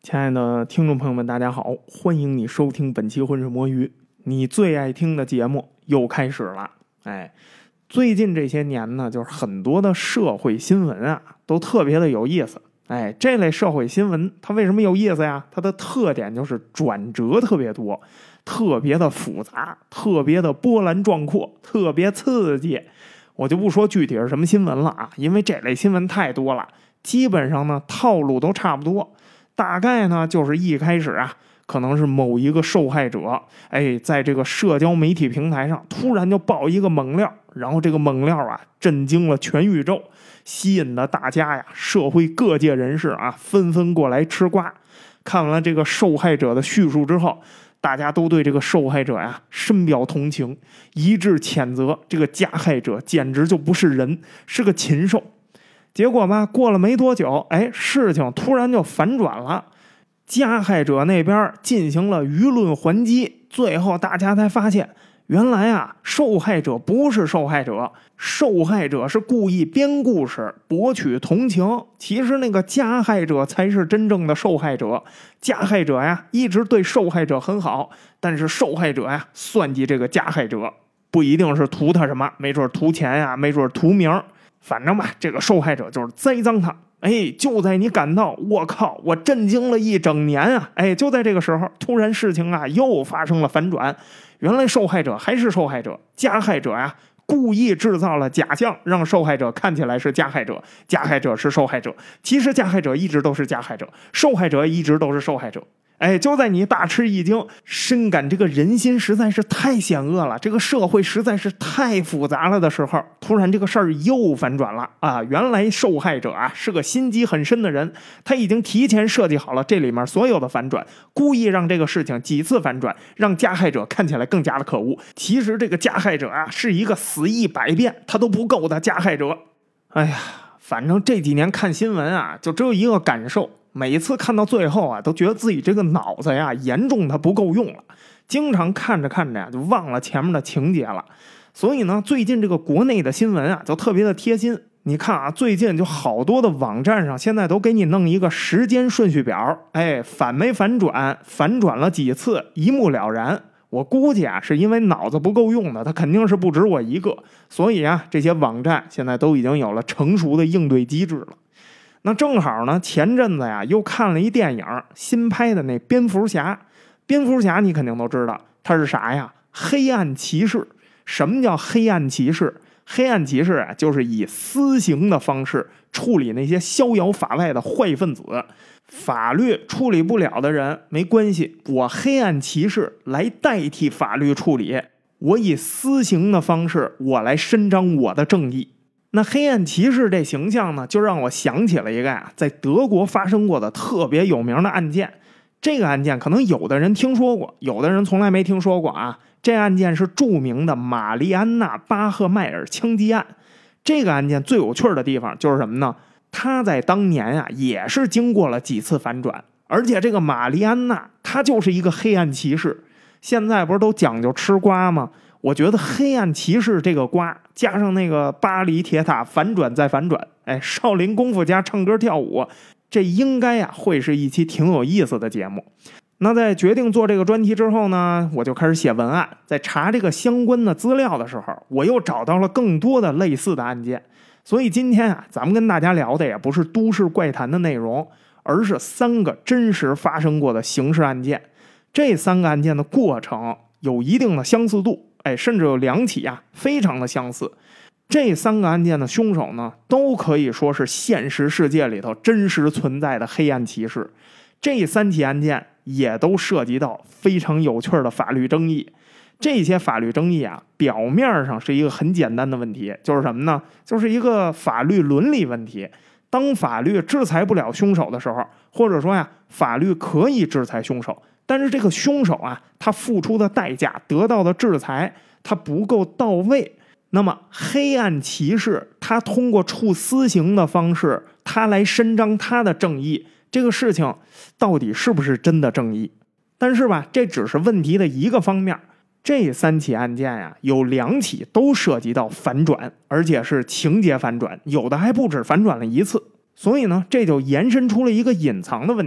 亲爱的听众朋友们，大家好，欢迎你收听本期浑水摸鱼，你最爱听的节目又开始了。最近这些年呢，就是很多的社会新闻啊，都特别的有意思。这类社会新闻它为什么有意思呀？它的特点就是转折特别多，特别的复杂，特别的波澜壮阔，特别刺激。我就不说具体是什么新闻了啊，因为这类新闻太多了，基本上呢套路都差不多。大概呢就是一开始啊，可能是某一个受害者，在这个社交媒体平台上突然就爆一个猛料，然后这个猛料啊震惊了全宇宙，吸引的大家呀，社会各界人士啊纷纷过来吃瓜。看完了这个受害者的叙述之后，大家都对这个受害者呀深表同情，一致谴责这个加害者简直就不是人，是个禽兽。结果吧，过了没多久，事情突然就反转了，加害者那边进行了舆论还击，最后大家才发现，原来啊，受害者不是受害者，受害者是故意编故事博取同情，其实那个加害者才是真正的受害者。加害者呀一直对受害者很好，但是受害者呀算计这个加害者，不一定是图他什么，没准图钱呀，没准图名，反正吧，这个受害者就是栽赃他。就在你感到我靠，我震惊了一整年啊！就在这个时候，突然事情啊又发生了反转。原来受害者还是受害者，加害者呀故意制造了假象，让受害者看起来是加害者，加害者是受害者。其实加害者一直都是加害者，受害者一直都是受害者。就在你大吃一惊，深感这个人心实在是太险恶了，这个社会实在是太复杂了的时候，突然这个事儿又反转了啊！原来受害者啊是个心机很深的人，他已经提前设计好了这里面所有的反转，故意让这个事情几次反转，让加害者看起来更加的可恶。其实这个加害者啊是一个死意百遍他都不够的加害者。反正这几年看新闻啊，就只有一个感受，每一次看到最后啊，都觉得自己这个脑子呀严重的不够用了，经常看着看着呀就忘了前面的情节了。所以呢，最近这个国内的新闻啊就特别的贴心。你看啊，最近就好多的网站上现在都给你弄一个时间顺序表，反没反转，反转了几次，一目了然。我估计啊，是因为脑子不够用的，他肯定是不止我一个，所以啊，这些网站现在都已经有了成熟的应对机制了。那正好呢，前阵子呀又看了一电影，新拍的那蝙蝠侠。蝙蝠侠你肯定都知道，他是啥呀？黑暗骑士。什么叫黑暗骑士？黑暗骑士啊，就是以私刑的方式处理那些逍遥法外的坏分子。法律处理不了的人没关系，我黑暗骑士来代替法律处理，我以私刑的方式我来伸张我的正义。那黑暗骑士这形象呢，就让我想起了一个在德国发生过的特别有名的案件。这个案件可能有的人听说过，有的人从来没听说过啊。这案件是著名的玛丽安娜·巴赫迈尔枪击案。这个案件最有趣的地方就是什么呢？他在当年啊也是经过了几次反转，而且这个玛丽安娜她就是一个黑暗骑士。现在不是都讲究吃瓜吗？我觉得黑暗骑士这个瓜加上那个巴黎铁塔反转再反转，少林功夫加唱歌跳舞，这应该啊会是一期挺有意思的节目。那在决定做这个专题之后呢，我就开始写文案，在查这个相关的资料的时候，我又找到了更多的类似的案件。所以今天啊，咱们跟大家聊的也不是都市怪谈的内容，而是3个真实发生过的刑事案件。这3个案件的过程有一定的相似度，甚至有2起啊非常的相似。这3个案件的凶手呢，都可以说是现实世界里头真实存在的黑暗骑士。这3起案件也都涉及到非常有趣的法律争议。这些法律争议啊，表面上是一个很简单的问题，就是什么呢？就是一个法律伦理问题。当法律制裁不了凶手的时候，或者说呀，法律可以制裁凶手，但是这个凶手啊，他付出的代价得到的制裁他不够到位，那么黑暗骑士他通过处私刑的方式，他来伸张他的正义，这个事情到底是不是真的正义？但是吧，这只是问题的一个方面。这3起案件呀，有2起都涉及到反转，而且是情节反转，有的还不止反转了1次。所以呢，这就延伸出了一个隐藏的问题，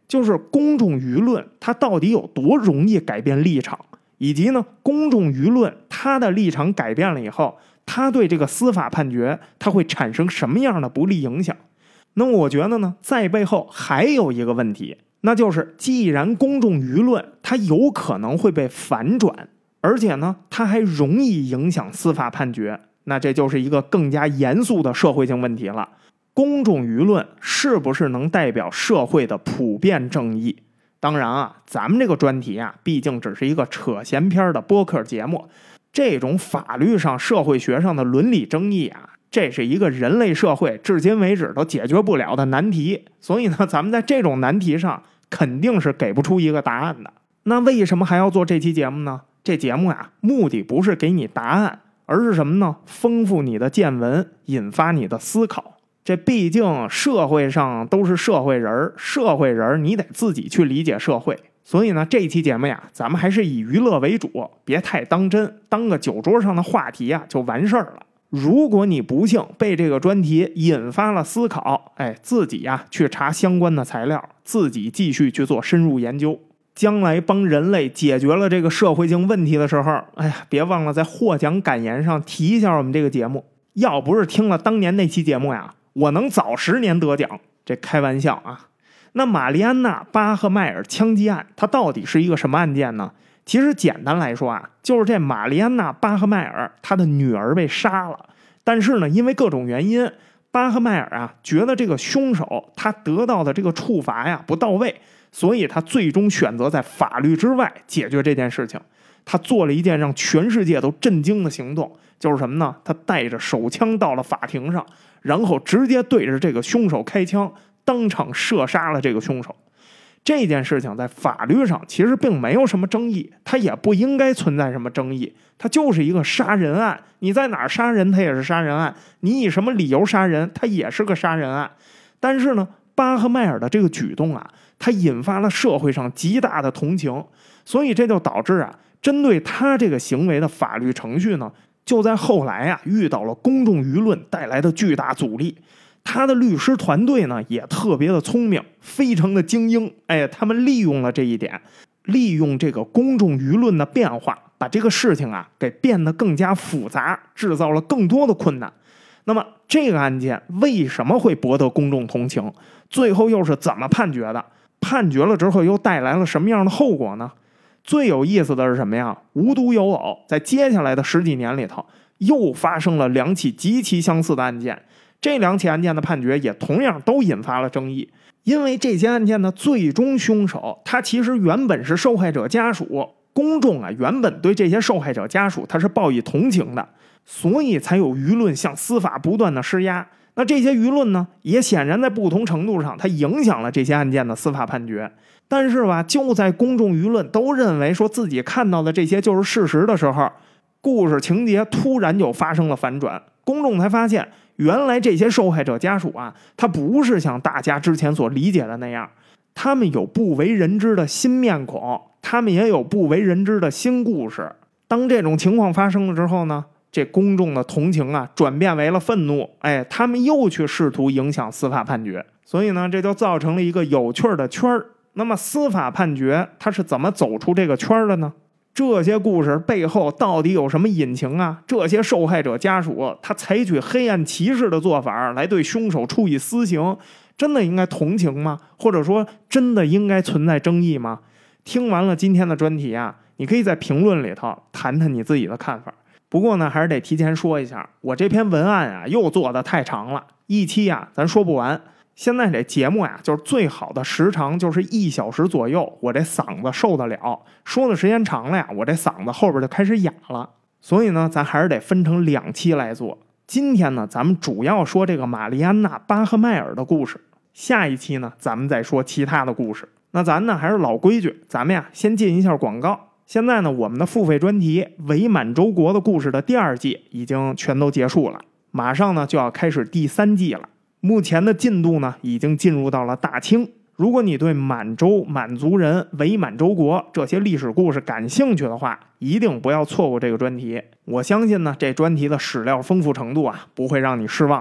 就是公众舆论它到底有多容易改变立场，以及呢，公众舆论它的立场改变了以后，它对这个司法判决它会产生什么样的不利影响。那么我觉得呢，在背后还有一个问题，那就是既然公众舆论它有可能会被反转，而且呢，它还容易影响司法判决，那这就是一个更加严肃的社会性问题了。公众舆论是不是能代表社会的普遍正义？当然啊，咱们这个专题啊，毕竟只是一个扯闲篇的播客节目，这种法律上、社会学上的伦理争议啊，这是一个人类社会至今为止都解决不了的难题。所以呢，咱们在这种难题上肯定是给不出一个答案的。那为什么还要做这期节目呢？这节目啊，目的不是给你答案，而是什么呢？丰富你的见闻，引发你的思考。这毕竟社会上都是社会人，社会人你得自己去理解社会。所以呢，这期节目呀，咱们还是以娱乐为主，别太当真，当个酒桌上的话题啊就完事儿了。如果你不幸被这个专题引发了思考，自己呀去查相关的材料，自己继续去做深入研究。将来帮人类解决了这个社会性问题的时候，别忘了在获奖感言上提一下我们这个节目。要不是听了当年那期节目呀，我能早10年得奖，这开玩笑啊。那玛丽安娜·巴赫迈尔枪击案，它到底是一个什么案件呢？其实简单来说啊，就是这玛丽安娜·巴赫迈尔她的女儿被杀了，但是呢，因为各种原因，巴赫迈尔啊觉得这个凶手他得到的这个处罚呀不到位，所以他最终选择在法律之外解决这件事情。他做了一件让全世界都震惊的行动，就是什么呢？他带着手枪到了法庭上，然后直接对着这个凶手开枪，当场射杀了这个凶手。这件事情在法律上其实并没有什么争议，它也不应该存在什么争议，它就是一个杀人案。你在哪儿杀人，它也是杀人案；你以什么理由杀人，它也是个杀人案。但是呢，巴赫迈尔的这个举动啊，它引发了社会上极大的同情，所以这就导致啊，针对他这个行为的法律程序呢，就在后来啊遇到了公众舆论带来的巨大阻力。他的律师团队呢也特别的聪明，非常的精英，他们利用了这一点，利用这个公众舆论的变化，把这个事情啊给变得更加复杂，制造了更多的困难。那么这个案件为什么会博得公众同情？最后又是怎么判决的？判决了之后又带来了什么样的后果呢？最有意思的是什么呀？无独有偶，在接下来的10几年里头，又发生了2起极其相似的案件。这2起案件的判决也同样都引发了争议，因为这些案件的最终凶手，他其实原本是受害者家属，公众啊原本对这些受害者家属他是报以同情的，所以才有舆论向司法不断的施压。那这些舆论呢，也显然在不同程度上，它影响了这些案件的司法判决。但是吧，就在公众舆论都认为说自己看到的这些就是事实的时候，故事情节突然就发生了反转，公众才发现，原来这些受害者家属啊，他不是像大家之前所理解的那样，他们有不为人知的新面孔，他们也有不为人知的新故事。当这种情况发生了之后呢，这公众的同情啊转变为了愤怒，他们又去试图影响司法判决，所以呢，这就造成了一个有趣的圈儿。那么司法判决它是怎么走出这个圈的呢？这些故事背后到底有什么隐情啊？这些受害者家属他采取黑暗骑士的做法来对凶手处以私刑，真的应该同情吗？或者说真的应该存在争议吗？听完了今天的专题啊，你可以在评论里头谈谈你自己的看法。不过呢，还是得提前说一下，我这篇文案啊又做得太长了，一期啊咱说不完。现在这节目呀，就是最好的时长就是1小时左右，我这嗓子受得了。说的时间长了呀，我这嗓子后边就开始哑了。所以呢，咱还是得分成2期来做。今天呢，咱们主要说这个玛丽安娜·巴赫迈尔的故事。下一期呢，咱们再说其他的故事。那咱呢还是老规矩，咱们呀先进一下广告。现在呢，我们的付费专题《伪满洲国的故事》的第2季已经全都结束了，马上呢就要开始第3季了。目前的进度呢，已经进入到了大清。如果你对满洲、满族人、伪满洲国这些历史故事感兴趣的话，一定不要错过这个专题。我相信呢，这专题的史料丰富程度啊，不会让你失望的。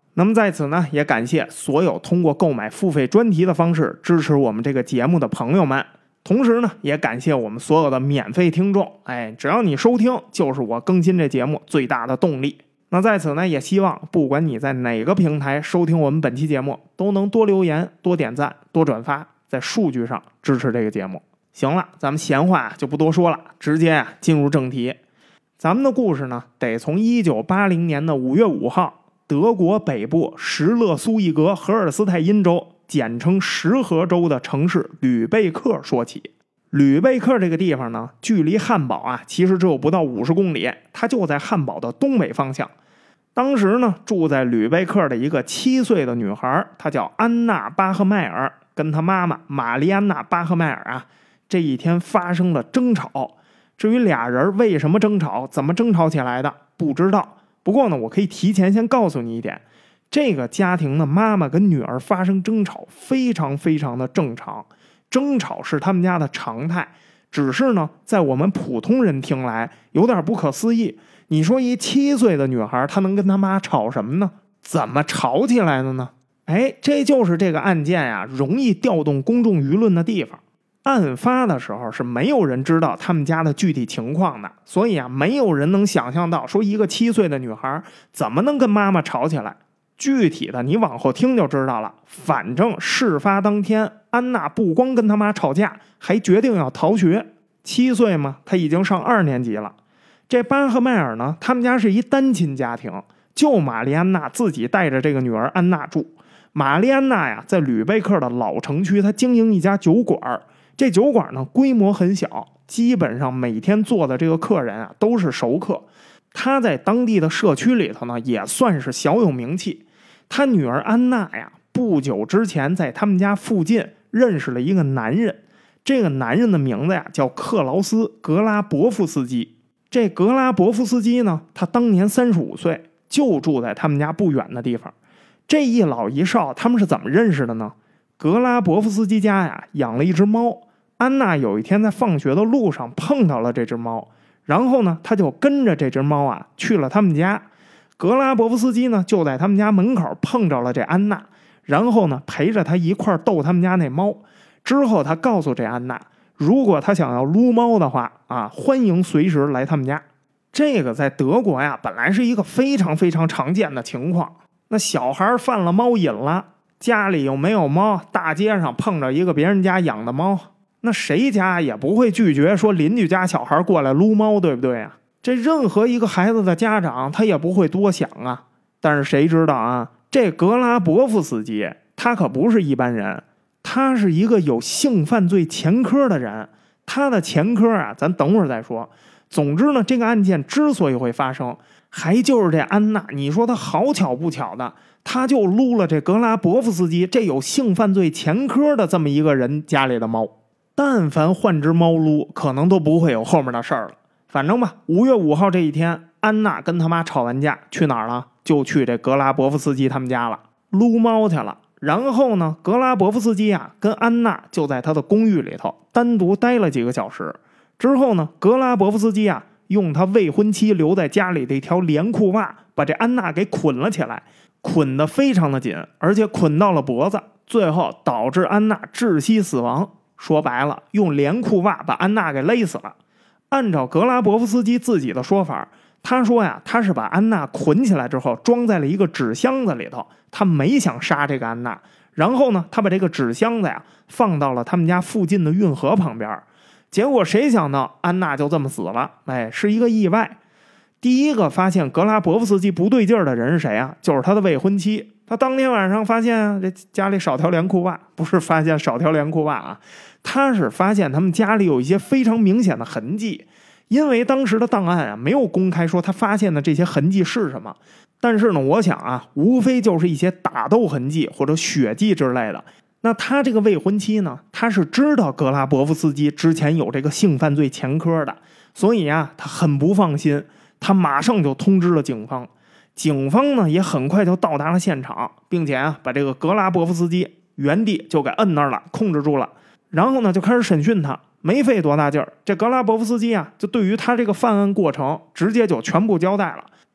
那么在此呢，也感谢所有通过购买付费专题的方式支持我们这个节目的朋友们，同时呢，也感谢我们所有的免费听众。只要你收听，就是我更新这节目最大的动力。那在此呢，也希望不管你在哪个平台收听我们本期节目，都能多留言、多点赞、多转发，在数据上支持这个节目。行了，咱们闲话就不多说了，直接进入正题。咱们的故事呢，得从1980年的5月5号，德国北部施勒苏伊格荷尔斯泰因州，简称石河州的城市吕贝克说起。吕贝克这个地方呢，距离汉堡啊，其实只有不到50公里，它就在汉堡的东北方向。当时呢，住在吕贝克的一个7岁的女孩，她叫安娜·巴赫迈尔，跟她妈妈玛丽安娜·巴赫迈尔啊，这一天发生了争吵。至于俩人为什么争吵，怎么争吵起来的，不知道。不过呢，我可以提前先告诉你一点，这个家庭的妈妈跟女儿发生争吵非常非常的正常，争吵是他们家的常态，只是呢，在我们普通人听来有点不可思议。你说一7岁的女孩，她能跟她妈吵什么呢？怎么吵起来的呢？这就是这个案件呀，容易调动公众舆论的地方。案发的时候是没有人知道他们家的具体情况的，所以啊，没有人能想象到说一个7岁的女孩怎么能跟妈妈吵起来。具体的你往后听就知道了。反正事发当天，安娜不光跟他妈吵架，还决定要逃学。7岁嘛，她已经上2年级了。这巴赫迈尔呢，他们家是一单亲家庭，就玛丽安娜自己带着这个女儿安娜住。玛丽安娜呀，在吕贝克的老城区，她经营一家酒馆。这酒馆呢，规模很小，基本上每天坐的这个客人啊，都是熟客。她在当地的社区里头呢，也算是小有名气。她女儿安娜呀，不久之前在他们家附近认识了一个男人，这个男人的名字呀叫克劳斯·格拉伯夫斯基。这格拉伯夫斯基呢，他当年35岁，就住在他们家不远的地方。这一老一少，他们是怎么认识的呢？格拉伯夫斯基家呀养了一只猫，安娜有一天在放学的路上碰到了这只猫，然后呢，他就跟着这只猫啊去了他们家。格拉伯夫斯基呢就在他们家门口碰着了这安娜，然后呢陪着他一块逗他们家那猫。之后他告诉这安娜，如果他想要撸猫的话啊，欢迎随时来他们家。这个在德国呀本来是一个非常非常常见的情况。那小孩犯了猫瘾了，家里又没有猫，大街上碰着一个别人家养的猫，那谁家也不会拒绝说邻居家小孩过来撸猫，对不对啊？这任何一个孩子的家长他也不会多想啊。但是谁知道啊，这格拉伯夫斯基他可不是一般人，他是一个有性犯罪前科的人。他的前科啊，咱等会儿再说。总之呢，这个案件之所以会发生，还就是这安娜，你说她好巧不巧的，她就撸了这格拉伯夫斯基这有性犯罪前科的这么一个人家里的猫。但凡换只猫撸，可能都不会有后面的事儿了。反正吧，5月5号这一天，安娜跟他妈吵完架，去哪儿了？就去这格拉伯夫斯基他们家了，撸猫去了。然后呢，格拉伯夫斯基啊，跟安娜就在他的公寓里头单独待了几个小时。之后呢，格拉伯夫斯基啊，用他未婚妻留在家里的一条连裤袜，把这安娜给捆了起来，捆得非常的紧，而且捆到了脖子，最后导致安娜窒息死亡。说白了，用连裤袜把安娜给勒死了。按照格拉伯夫斯基自己的说法，他说呀，他是把安娜捆起来之后装在了一个纸箱子里头，他没想杀这个安娜。然后呢，他把这个纸箱子呀放到了他们家附近的运河旁边。结果谁想到安娜就这么死了，是一个意外。第一个发现格拉伯夫斯基不对劲儿的人是谁啊？就是他的未婚妻。他当天晚上发现这家里少条连裤袜，不是发现少条连裤袜啊，他是发现他们家里有一些非常明显的痕迹。因为当时的档案啊没有公开说他发现的这些痕迹是什么，但是呢，我想啊，无非就是一些打斗痕迹或者血迹之类的。那他这个未婚妻呢，他是知道格拉伯夫斯基之前有这个性犯罪前科的，所以啊，他很不放心，他马上就通知了警方。警方呢也很快就到达了现场，并且啊把这个格拉伯夫斯基原地就给摁那儿了，控制住了。然后呢就开始审讯他，没费多大劲儿，这格拉伯夫斯基啊就对于他这个犯案过程直接就全部交代了。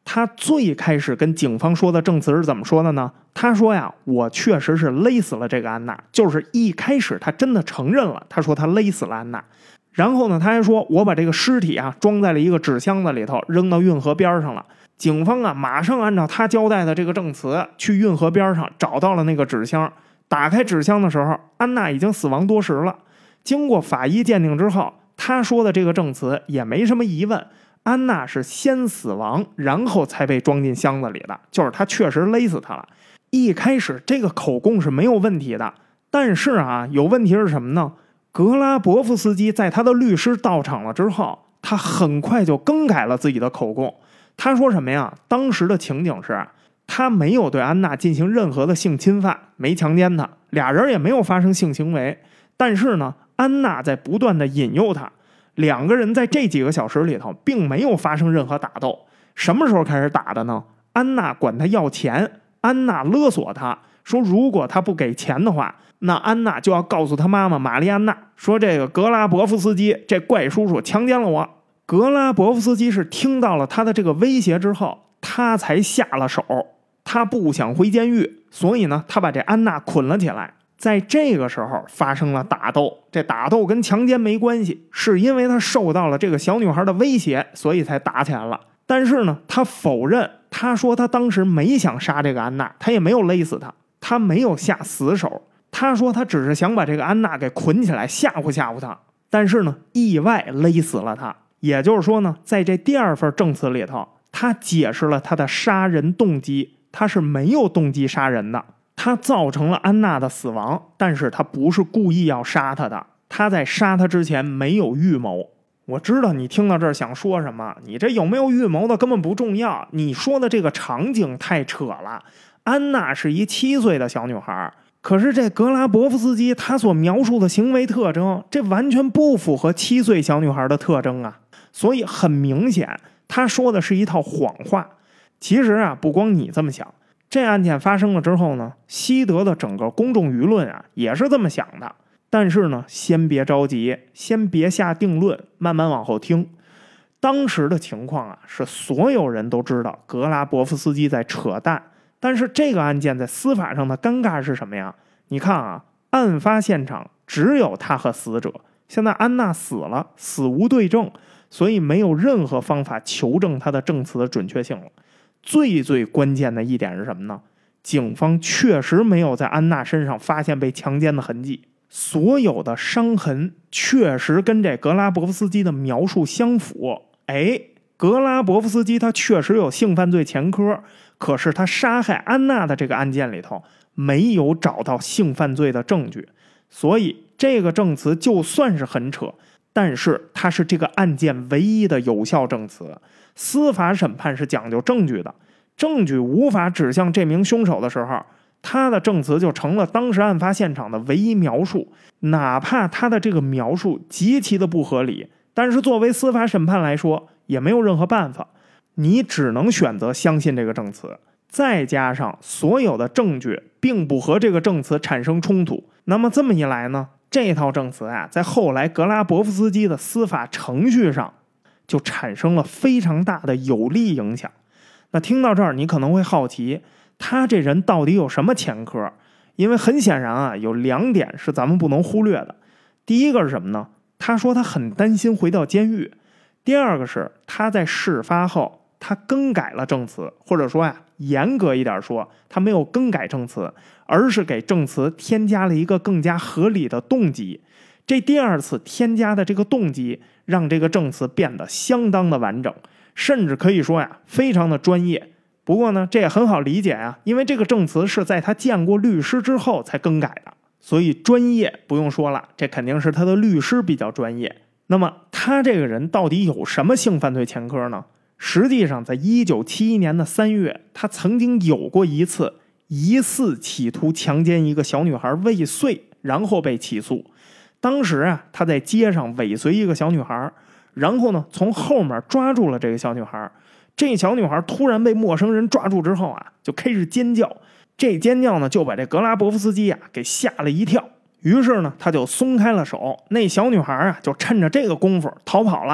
他最开始跟警方说的证词是怎么说的呢？他说呀，我确实是勒死了这个安娜，就是一开始他真的承认了，他说他勒死了安娜。然后呢，他还说我把这个尸体啊装在了一个纸箱子里头，扔到运河边上了。警方啊马上按照他交代的这个证词去运河边上找到了那个纸箱，打开纸箱的时候，安娜已经死亡多时了。经过法医鉴定之后，他说的这个证词也没什么疑问，安娜是先死亡，然后才被装进箱子里的，就是他确实勒死她了。一开始这个口供是没有问题的，但是啊，有问题是什么呢？格拉伯夫斯基在他的律师到场了之后，他很快就更改了自己的口供。他说什么呀？当时的情景是，他没有对安娜进行任何的性侵犯，没强奸她，俩人也没有发生性行为。但是呢，安娜在不断的引诱他，两个人在这几个小时里头并没有发生任何打斗。什么时候开始打的呢？安娜管他要钱，安娜勒索他说，如果他不给钱的话，那安娜就要告诉他妈妈玛丽安娜，说这个格拉伯夫斯基这怪叔叔强奸了我。格拉伯夫斯基是听到了他的这个威胁之后，他才下了手。他不想回监狱，所以呢，他把这安娜捆了起来。在这个时候发生了打斗，这打斗跟强奸没关系，是因为他受到了这个小女孩的威胁，所以才打起来了。但是呢，他否认，他说他当时没想杀这个安娜，他也没有勒死她，他没有下死手。他说他只是想把这个安娜给捆起来吓唬吓唬她，但是呢，意外勒死了她。也就是说呢，在这第二份证词里头，他解释了他的杀人动机，他是没有动机杀人的，他造成了安娜的死亡，但是他不是故意要杀她的，他在杀她之前没有预谋。我知道你听到这儿想说什么，你这有没有预谋的根本不重要，你说的这个场景太扯了。安娜是一7岁的小女孩，可是这格拉伯夫斯基他所描述的行为特征，这完全不符合7岁小女孩的特征啊。所以很明显，他说的是一套谎话。其实啊，不光你这么想，这案件发生了之后呢，西德的整个公众舆论啊也是这么想的。但是呢，先别着急，先别下定论，慢慢往后听。当时的情况啊，是所有人都知道格拉伯夫斯基在扯淡。但是这个案件在司法上的尴尬是什么呀？你看啊，案发现场只有他和死者，现在安娜死了，死无对证，所以没有任何方法求证他的证词的准确性了。最关键的一点是什么呢？警方确实没有在安娜身上发现被强奸的痕迹，所有的伤痕确实跟这格拉伯夫斯基的描述相符。格拉伯夫斯基他确实有性犯罪前科，可是他杀害安娜的这个案件里头没有找到性犯罪的证据，所以这个证词就算是很扯，但是它是这个案件唯一的有效证词。司法审判是讲究证据的，证据无法指向这名凶手的时候，他的证词就成了当时案发现场的唯一描述。哪怕他的这个描述极其的不合理，但是作为司法审判来说也没有任何办法，你只能选择相信这个证词。再加上所有的证据并不和这个证词产生冲突，那么这么一来呢，这套证词啊，在后来格拉伯夫斯基的司法程序上就产生了非常大的有利影响。那听到这儿，你可能会好奇，他这人到底有什么前科？因为很显然啊，有2点是咱们不能忽略的。第一个是什么呢？他说他很担心回到监狱。第二个是他在事发后他更改了证词，或者说啊，严格一点说，他没有更改证词，而是给证词添加了一个更加合理的动机。这第二次添加的这个动机让这个证词变得相当的完整，甚至可以说呀，非常的专业。不过呢，这也很好理解啊，因为这个证词是在他见过律师之后才更改的，所以专业不用说了，这肯定是他的律师比较专业。那么他这个人到底有什么性犯罪前科呢？实际上在1971年的3月，他曾经有过一次疑似企图强奸一个小女孩未遂，然后被起诉。当时啊，他在街上尾随一个小女孩，然后呢，从后面抓住了这个小女孩。这小女孩突然被陌生人抓住之后啊，就开始尖叫。这尖叫呢，就把这格拉伯夫斯基啊给吓了一跳。于是呢，他就松开了手，那小女孩啊就趁着这个功夫逃跑了。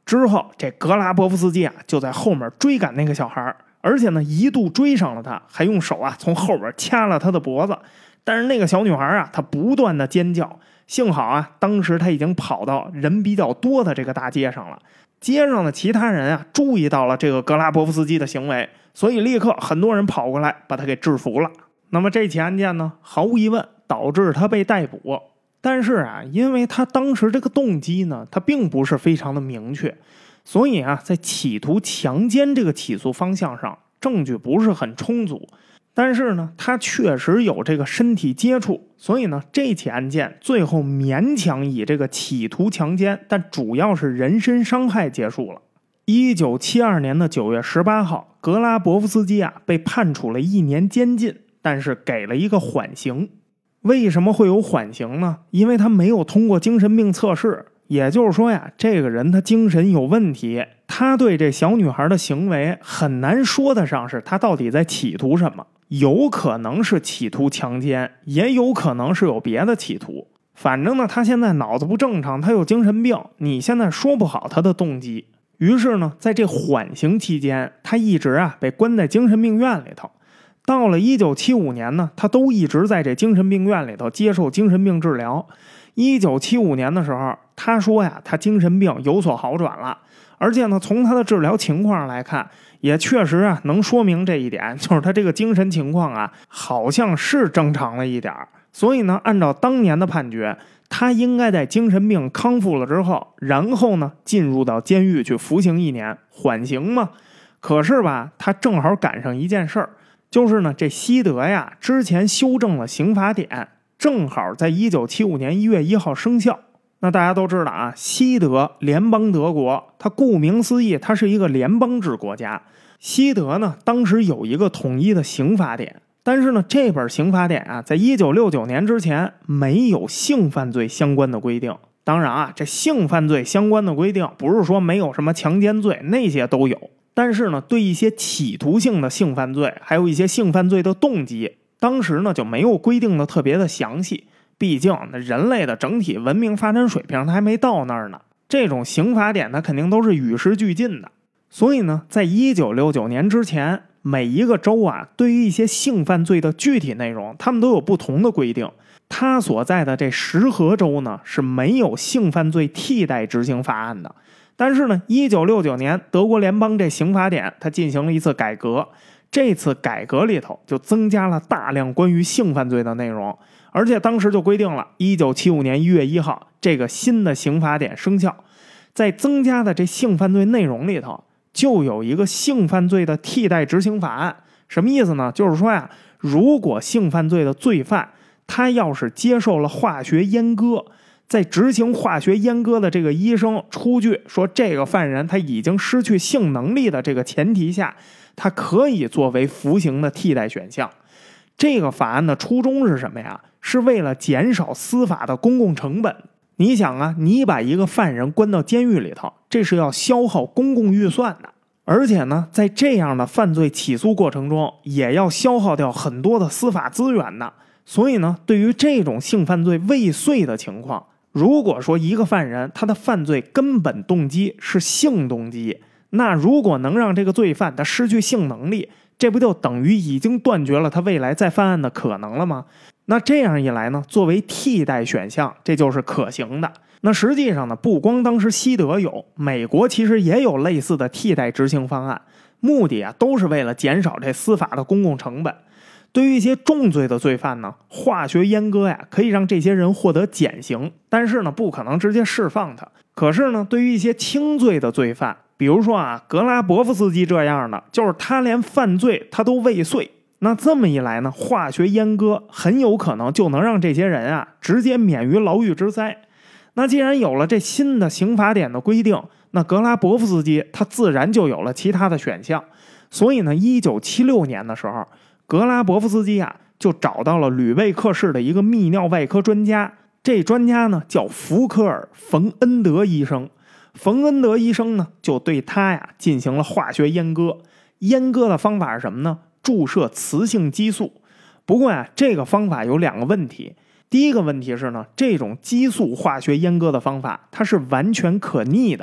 之后这格拉伯夫斯基啊就在后面追赶那个小孩，而且呢一度追上了他，还用手啊从后边掐了他的脖子。但是那个小女孩啊，她不断的尖叫，幸好啊当时她已经跑到人比较多的这个大街上了。街上的其他人啊注意到了这个格拉伯夫斯基的行为，所以立刻很多人跑过来把他给制服了。那么这起案件呢，毫无疑问导致他被逮捕。但是啊，因为他当时这个动机呢，他并不是非常的明确，所以啊，在企图强奸这个起诉方向上，证据不是很充足。但是呢，他确实有这个身体接触，所以呢，这起案件最后勉强以这个企图强奸，但主要是人身伤害结束了。1972年的9月18号，格拉伯夫斯基啊被判处了1年监禁，但是给了一个缓刑。为什么会有缓刑呢？因为他没有通过精神病测试，也就是说呀，这个人他精神有问题，他对这小女孩的行为很难说得上是他到底在企图什么，有可能是企图强奸，也有可能是有别的企图。反正呢，他现在脑子不正常，他有精神病，你现在说不好他的动机。于是呢，在这缓刑期间，他一直啊被关在精神病院里头。到了1975年呢，他都一直在这精神病院里头接受精神病治疗。1975年的时候，他说呀，他精神病有所好转了，而且呢，从他的治疗情况来看，也确实啊能说明这一点，就是他这个精神情况啊，好像是正常了一点。所以呢，按照当年的判决，他应该在精神病康复了之后，然后呢进入到监狱去服刑1年，缓刑嘛。可是吧，他正好赶上一件事儿。就是呢，这西德呀，之前修正了刑法典，正好在1975年1月1号生效。那大家都知道啊，西德联邦德国，它顾名思义，它是一个联邦制国家。西德呢，当时有一个统一的刑法典，但是呢，这本刑法典啊，在1969年之前没有性犯罪相关的规定。当然啊，这性犯罪相关的规定，不是说没有什么强奸罪，那些都有。但是呢，对一些企图性的性犯罪，还有一些性犯罪的动机，当时呢就没有规定的特别的详细。毕竟人类的整体文明发展水平它还没到那儿呢，这种刑法典它肯定都是与时俱进的。所以呢，在1969年之前，每一个州啊，对于一些性犯罪的具体内容，他们都有不同的规定。他所在的这石河州呢，是没有性犯罪替代执行法案的。但是呢，1969年德国联邦这刑法典它进行了一次改革，这次改革里头就增加了大量关于性犯罪的内容，而且当时就规定了1975年1月1号这个新的刑法典生效，在增加的这性犯罪内容里头就有一个性犯罪的替代执行法案。什么意思呢？就是说呀，如果性犯罪的罪犯他要是接受了化学阉割，在执行化学阉割的这个医生出具说这个犯人他已经失去性能力的这个前提下，他可以作为服刑的替代选项。这个法案的初衷是什么呀？是为了减少司法的公共成本。你想啊，你把一个犯人关到监狱里头，这是要消耗公共预算的，而且呢，在这样的犯罪起诉过程中，也要消耗掉很多的司法资源的。所以呢，对于这种性犯罪未遂的情况，如果说一个犯人他的犯罪根本动机是性动机，那如果能让这个罪犯他失去性能力，这不就等于已经断绝了他未来再犯案的可能了吗？那这样一来呢，作为替代选项，这就是可行的。那实际上呢，不光当时西德有，美国其实也有类似的替代执行方案，目的啊都是为了减少这司法的公共成本。对于一些重罪的罪犯呢，化学阉割呀可以让这些人获得减刑，但是呢不可能直接释放他。可是呢，对于一些轻罪的罪犯，比如说啊格拉伯夫斯基这样的，就是他连犯罪他都未遂，那这么一来呢，化学阉割很有可能就能让这些人啊直接免于牢狱之灾。那既然有了这新的刑法典的规定，那格拉伯夫斯基他自然就有了其他的选项。所以呢，1976年的时候，格拉伯夫斯基啊就找到了吕贝克市的一个泌尿外科专家，这专家呢叫福科尔·冯恩德医生。冯恩德医生呢就对他呀进行了化学阉割。阉割的方法是什么呢？注射雌性激素。不过呀，这个方法有2个问题。第一个问题是呢，这种激素化学阉割的方法它是完全可逆的，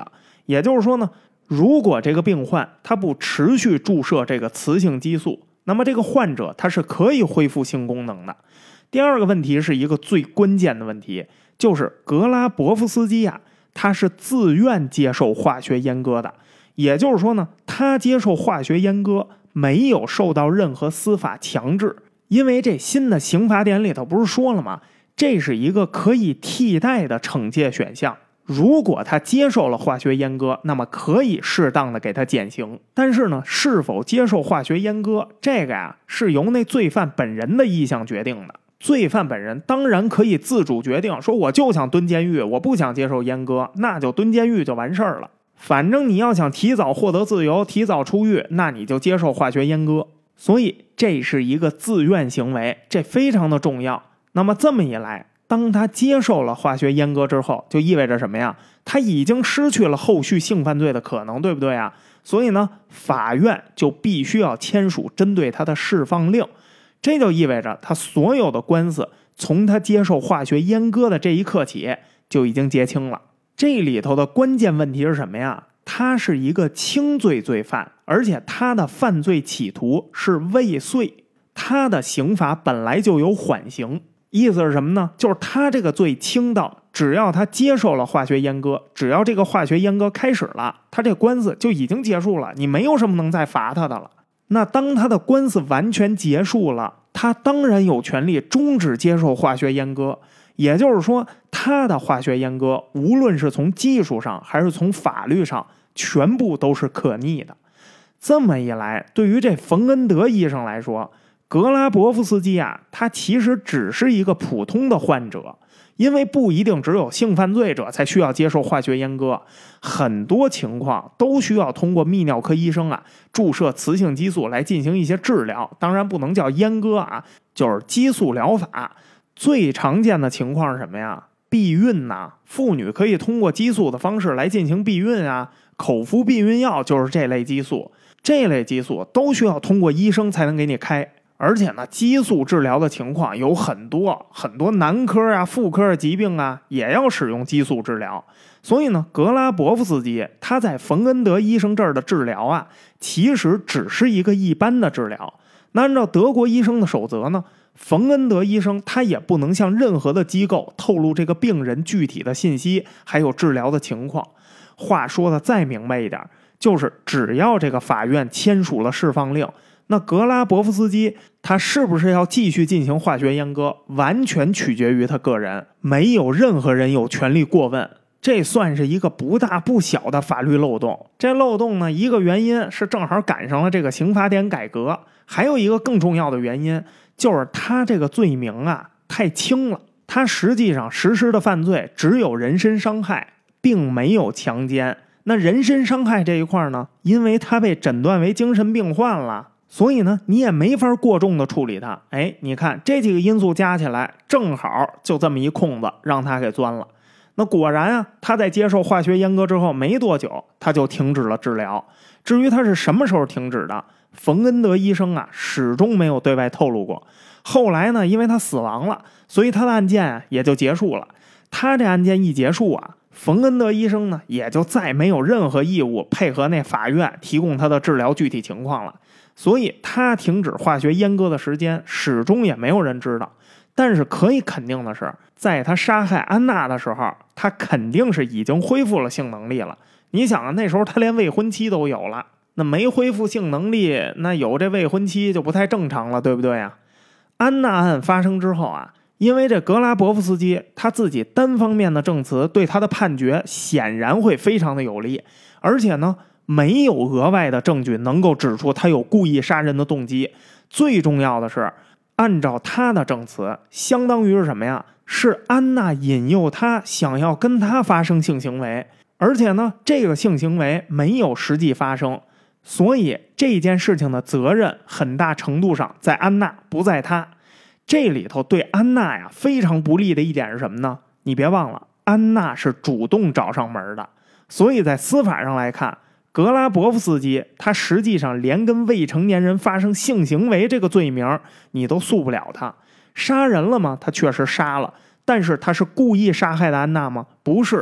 也就是说呢，如果这个病患他不持续注射这个雌性激素，那么这个患者他是可以恢复性功能的。第二个问题是一个最关键的问题，就是格拉伯夫斯基啊，他是自愿接受化学阉割的，也就是说呢，他接受化学阉割没有受到任何司法强制，因为这新的刑法典里头不是说了吗？这是一个可以替代的惩戒选项。如果他接受了化学阉割，那么可以适当的给他减刑。但是呢，是否接受化学阉割，这个呀是由那罪犯本人的意向决定的。罪犯本人当然可以自主决定，说我就想蹲监狱，我不想接受阉割，那就蹲监狱就完事儿了。反正你要想提早获得自由，提早出狱，那你就接受化学阉割。所以这是一个自愿行为，这非常的重要。那么这么一来，当他接受了化学阉割之后，就意味着什么呀？他已经失去了后续性犯罪的可能，对不对啊？所以呢，法院就必须要签署针对他的释放令。这就意味着他所有的官司从他接受化学阉割的这一刻起就已经结清了。这里头的关键问题是什么呀？他是一个轻罪罪犯，而且他的犯罪企图是未遂，他的刑罚本来就有缓刑。意思是什么呢？就是他这个罪轻到只要他接受了化学阉割，只要这个化学阉割开始了，他这官司就已经结束了，你没有什么能再罚他的了。那当他的官司完全结束了，他当然有权利终止接受化学阉割。也就是说，他的化学阉割无论是从技术上还是从法律上，全部都是可逆的。这么一来，对于这冯恩德医生来说，格拉伯夫斯基啊，他其实只是一个普通的患者。因为不一定只有性犯罪者才需要接受化学阉割，很多情况都需要通过泌尿科医生啊注射雌性激素来进行一些治疗，当然不能叫阉割啊，就是激素疗法。最常见的情况是什么呀？避孕呐，妇女可以通过激素的方式来进行避孕啊，口服避孕药就是这类激素，这类激素都需要通过医生才能给你开。而且呢，激素治疗的情况有很多男科啊、妇科的疾病啊，也要使用激素治疗。所以呢，格拉伯夫斯基他在冯恩德医生这儿的治疗啊，其实只是一个一般的治疗。那按照德国医生的守则呢，冯恩德医生他也不能向任何的机构透露这个病人具体的信息，还有治疗的情况。话说的再明白一点，就是只要这个法院签署了释放令，那格拉伯夫斯基他是不是要继续进行化学阉割，完全取决于他个人，没有任何人有权利过问。这算是一个不大不小的法律漏洞。这漏洞呢，一个原因是正好赶上了这个刑法典改革，还有一个更重要的原因，就是他这个罪名啊太轻了，他实际上实施的犯罪只有人身伤害，并没有强奸。那人身伤害这一块呢，因为他被诊断为精神病患了，所以呢，你也没法过重的处理它。哎，你看这几个因素加起来，正好就这么一空子让他给钻了。那果然啊，他在接受化学阉割之后没多久，他就停止了治疗。至于他是什么时候停止的，冯恩德医生啊始终没有对外透露过。后来呢，因为他死亡了，所以他的案件啊也就结束了。他这案件一结束啊，冯恩德医生呢也就再没有任何义务配合那法院提供他的治疗具体情况了。所以他停止化学阉割的时间始终也没有人知道。但是可以肯定的是，在他杀害安娜的时候，他肯定是已经恢复了性能力了。你想啊，那时候他连未婚妻都有了，那没恢复性能力，那有这未婚妻就不太正常了，对不对啊？安娜案发生之后啊，因为这格拉伯夫斯基他自己单方面的证词对他的判决显然会非常的有利，而且呢，没有额外的证据能够指出他有故意杀人的动机。最重要的是，按照他的证词，相当于是什么呀？是安娜引诱他想要跟他发生性行为，而且呢，这个性行为没有实际发生，所以这件事情的责任很大程度上在安娜，不在他。这里头对安娜呀非常不利的一点是什么呢？你别忘了，安娜是主动找上门的，所以在司法上来看，格拉伯夫斯基他实际上连跟未成年人发生性行为这个罪名你都诉不了他。杀人了吗？他确实杀了，但是他是故意杀害的安娜吗？不是，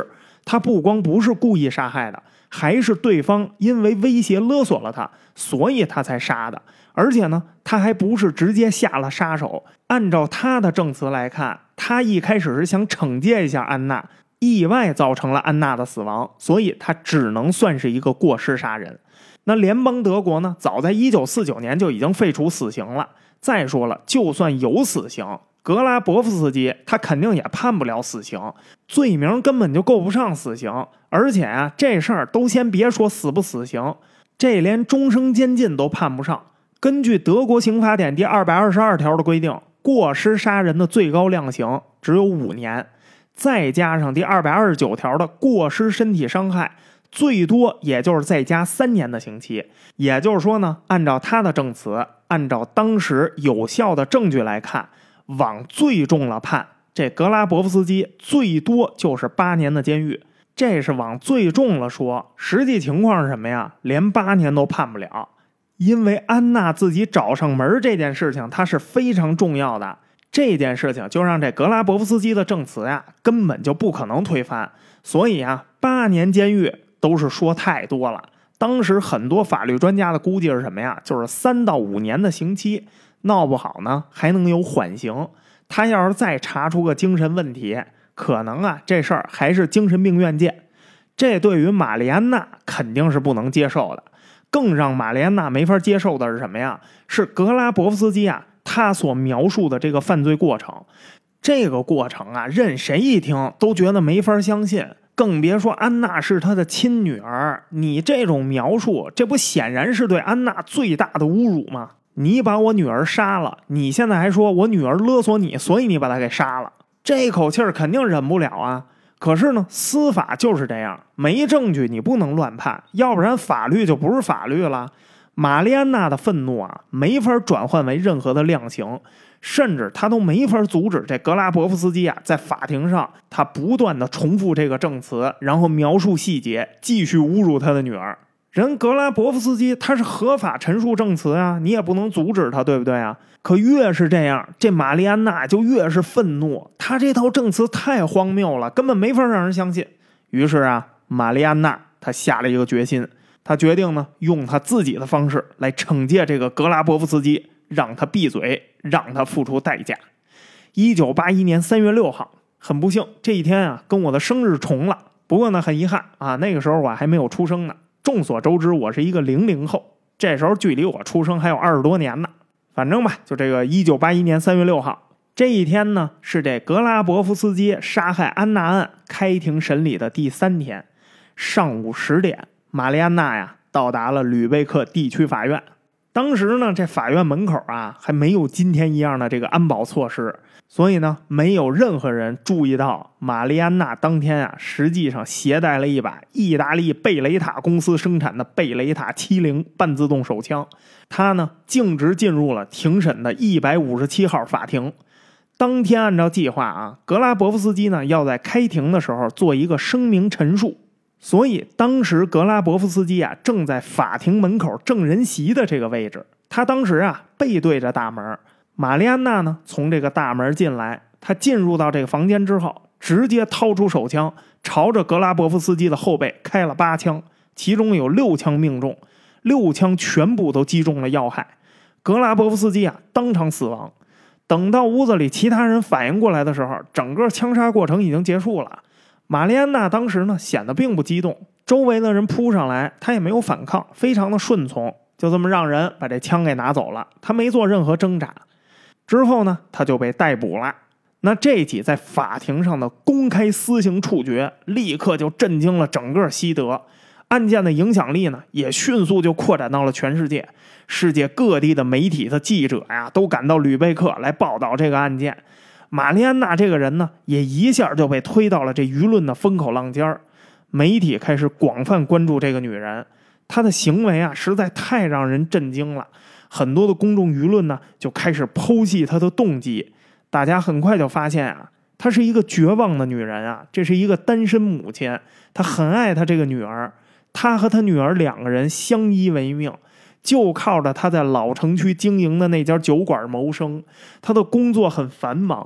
他不光不是故意杀害的，还是对方因为威胁勒索了他，所以他才杀的。而且呢，他还不是直接下了杀手。按照他的证词来看，他一开始是想惩戒一下安娜，意外造成了安娜的死亡，所以他只能算是一个过失杀人。那联邦德国呢，早在1949年就已经废除死刑了。再说了，就算有死刑，格拉伯夫斯基他肯定也判不了死刑，罪名根本就够不上死刑。而且啊，这事儿都先别说死不死刑，这连终生监禁都判不上。根据德国刑法典第222条的规定，过失杀人的最高量刑只有5年，再加上第229条的过失身体伤害，最多也就是再加3年的刑期。也就是说呢，按照他的证词，按照当时有效的证据来看，往最重了判，这格拉伯夫斯基最多就是8年的监狱。这是往最重了说，实际情况是什么呀？连8年都判不了。因为安娜自己找上门这件事情，它是非常重要的。这件事情就让这格拉伯夫斯基的证词呀，根本就不可能推翻。所以啊，8年监狱都是说太多了。当时很多法律专家的估计是什么呀？就是3到5年的刑期，闹不好呢还能有缓刑。他要是再查出个精神问题，可能啊这事儿还是精神病院见。这对于玛丽安娜肯定是不能接受的。更让玛丽安娜没法接受的是什么呀？是格拉伯夫斯基啊，他所描述的这个犯罪过程。这个过程啊，任谁一听都觉得没法相信，更别说安娜是他的亲女儿。你这种描述，这不显然是对安娜最大的侮辱吗？你把我女儿杀了，你现在还说我女儿勒索你，所以你把她给杀了，这口气儿肯定忍不了啊。可是呢，司法就是这样，没证据你不能乱判，要不然法律就不是法律了。玛丽安娜的愤怒啊，没法转换为任何的量刑，甚至他都没法阻止这格拉伯夫斯基啊在法庭上他不断的重复这个证词，然后描述细节，继续侮辱他的女儿。人格拉伯夫斯基他是合法陈述证词啊，你也不能阻止他，对不对啊？可越是这样，这玛丽安娜就越是愤怒，他这套证词太荒谬了，根本没法让人相信。于是啊，玛丽安娜她下了一个决心，她决定呢用她自己的方式来惩戒这个格拉伯夫斯基，让他闭嘴，让他付出代价。1981年3月6号，很不幸，这一天啊跟我的生日重了。不过呢，很遗憾啊，那个时候我还没有出生呢。众所周知，我是一个00后，这时候距离我出生还有20多年呢。反正吧，就这个1981年3月6号这一天呢，是这格拉伯夫斯基杀害安娜案开庭审理的第3天。上午10点，玛丽安娜呀到达了吕贝克地区法院。当时呢，这法院门口啊还没有今天一样的这个安保措施，所以呢，没有任何人注意到玛丽安娜当天啊实际上携带了一把意大利贝雷塔公司生产的贝雷塔70半自动手枪。她呢径直进入了庭审的157号法庭。当天按照计划啊，格拉伯夫斯基呢要在开庭的时候做一个声明陈述。所以当时格拉伯夫斯基啊正在法庭门口证人席的这个位置，他当时啊背对着大门。玛丽安娜呢从这个大门进来，她进入到这个房间之后，直接掏出手枪，朝着格拉伯夫斯基的后背开了8枪，其中有6枪命中，6枪全部都击中了要害。格拉伯夫斯基啊当场死亡。等到屋子里其他人反应过来的时候，整个枪杀过程已经结束了。玛丽安娜当时呢显得并不激动，周围的人扑上来，她也没有反抗，非常的顺从，就这么让人把这枪给拿走了，她没做任何挣扎。之后呢，她就被逮捕了。那这起在法庭上的公开私刑处决，立刻就震惊了整个西德。案件的影响力呢，也迅速就扩展到了全世界。世界各地的媒体的记者呀，都赶到吕贝克来报道这个案件。玛丽安娜这个人呢，也一下就被推到了这舆论的风口浪尖。媒体开始广泛关注这个女人，她的行为啊，实在太让人震惊了。很多的公众舆论呢，就开始剖析她的动机。大家很快就发现啊，她是一个绝望的女人啊，这是一个单身母亲，她很爱她这个女儿，她和她女儿2个人相依为命。就靠着他在老城区经营的那家酒馆谋生，他的工作很繁忙，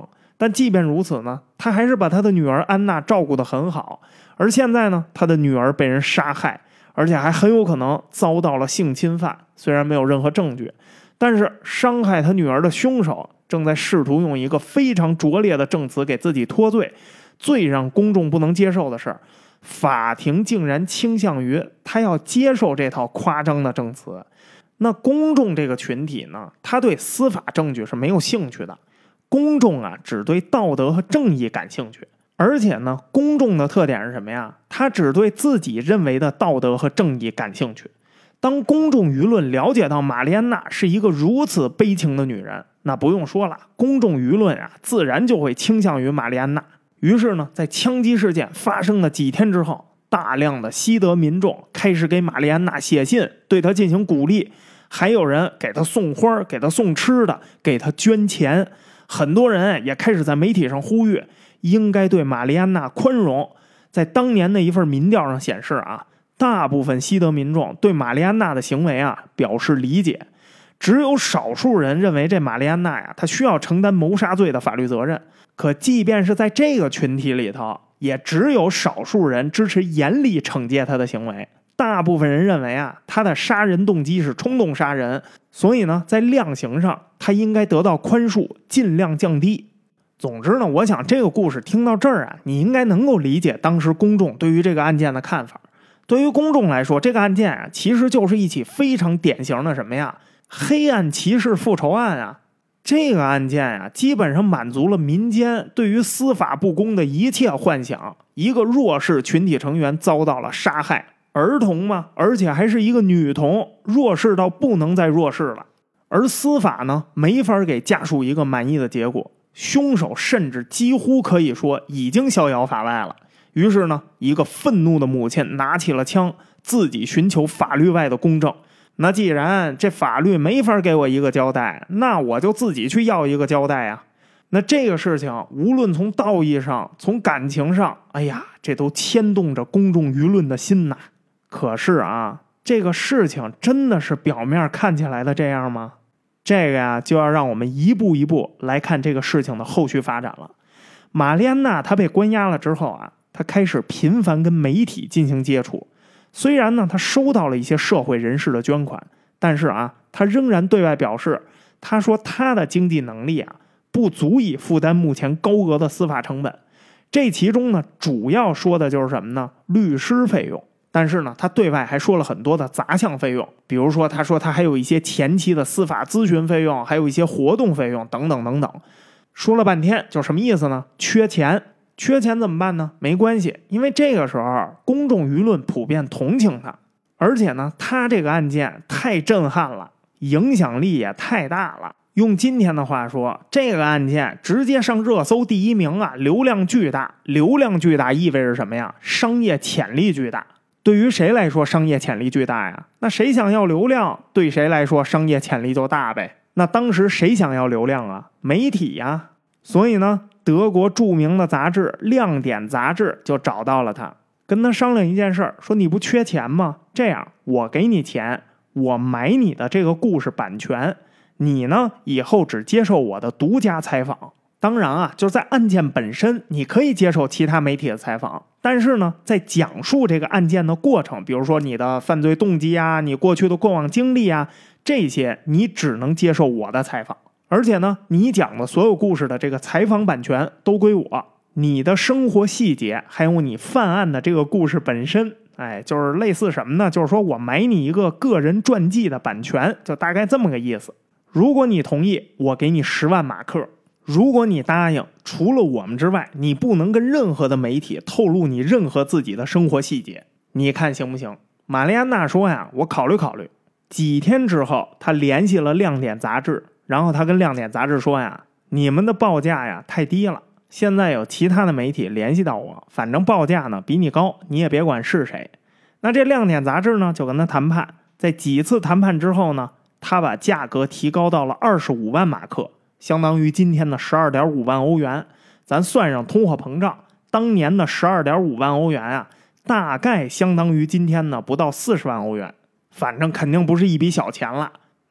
但即便如此呢，他还是把他的女儿安娜照顾得很好。而现在呢，他的女儿被人杀害，而且还很有可能遭到了性侵犯。虽然没有任何证据，但是伤害他女儿的凶手正在试图用一个非常拙劣的证词给自己脱罪。最让公众不能接受的是，法庭竟然倾向于他要接受这套夸张的证词。那公众这个群体呢，他对司法证据是没有兴趣的。公众啊，只对道德和正义感兴趣。而且呢，公众的特点是什么呀？他只对自己认为的道德和正义感兴趣。当公众舆论了解到玛丽安娜是一个如此悲情的女人，那不用说了，公众舆论啊，自然就会倾向于玛丽安娜。于是呢，在枪击事件发生的几天之后，大量的西德民众开始给玛丽安娜写信，对她进行鼓励，还有人给她送花，给她送吃的，给她捐钱。很多人也开始在媒体上呼吁，应该对玛丽安娜宽容。在当年的一份民调上显示啊，大部分西德民众对玛丽安娜的行为啊表示理解，只有少数人认为这玛丽安娜呀，她需要承担谋杀罪的法律责任。可即便是在这个群体里头，也只有少数人支持严厉惩戒她的行为。大部分人认为啊，她的杀人动机是冲动杀人，所以呢，在量刑上她应该得到宽恕，尽量降低。总之呢，我想这个故事听到这儿啊，你应该能够理解当时公众对于这个案件的看法。对于公众来说，这个案件啊，其实就是一起非常典型的什么呀？黑暗骑士复仇案啊。这个案件啊，基本上满足了民间对于司法不公的一切幻想。一个弱势群体成员遭到了杀害，儿童嘛，而且还是一个女童，弱势到不能再弱势了。而司法呢，没法给家属一个满意的结果，凶手甚至几乎可以说已经逍遥法外了。于是呢，一个愤怒的母亲拿起了枪，自己寻求法律外的公正。那既然这法律没法给我一个交代，那我就自己去要一个交代啊。那这个事情无论从道义上，从感情上，哎呀，这都牵动着公众舆论的心呐。可是啊，这个事情真的是表面看起来的这样吗？这个呀，就要让我们一步一步来看这个事情的后续发展了。玛丽安娜她被关押了之后啊，她开始频繁跟媒体进行接触。虽然呢，她收到了一些社会人士的捐款，但是啊，她仍然对外表示，她说她的经济能力啊，不足以负担目前高额的司法成本。这其中呢，主要说的就是什么呢？律师费用。但是呢，他对外还说了很多的杂项费用，比如说他说他还有一些前期的司法咨询费用，还有一些活动费用等等等等。说了半天就什么意思呢？缺钱。缺钱怎么办呢？没关系，因为这个时候公众舆论普遍同情他，而且呢，他这个案件太震撼了，影响力也太大了。用今天的话说，这个案件直接上热搜第一名啊，流量巨大。流量巨大意味着什么呀？商业潜力巨大。对于谁来说商业潜力巨大呀？那谁想要流量，对谁来说商业潜力就大呗。那当时谁想要流量啊？媒体呀。所以呢，德国著名的杂志《亮点》杂志就找到了他，跟他商量一件事，说你不缺钱吗？这样，我给你钱，我买你的这个故事版权，你呢以后只接受我的独家采访。当然啊，就是在案件本身，你可以接受其他媒体的采访，但是呢，在讲述这个案件的过程，比如说你的犯罪动机啊，你过去的过往经历啊，这些你只能接受我的采访。而且呢，你讲的所有故事的这个采访版权都归我，你的生活细节还有你犯案的这个故事本身，就是类似什么呢？就是说我买你一个个人传记的版权，就大概这么个意思。如果你同意，我给你10万马克；如果你答应，除了我们之外，你不能跟任何的媒体透露你任何自己的生活细节，你看行不行？玛丽安娜说呀，我考虑考虑。几天之后，她联系了《亮点》杂志。然后他跟亮点杂志说呀，你们的报价呀太低了，现在有其他的媒体联系到我，反正报价呢比你高，你也别管是谁。那这亮点杂志呢就跟他谈判，在几次谈判之后呢，他把价格提高到了25万马克，相当于今天的12.5万欧元。咱算上通货膨胀，当年的12.5万欧元啊，大概相当于今天呢不到40万欧元，反正肯定不是一笔小钱了。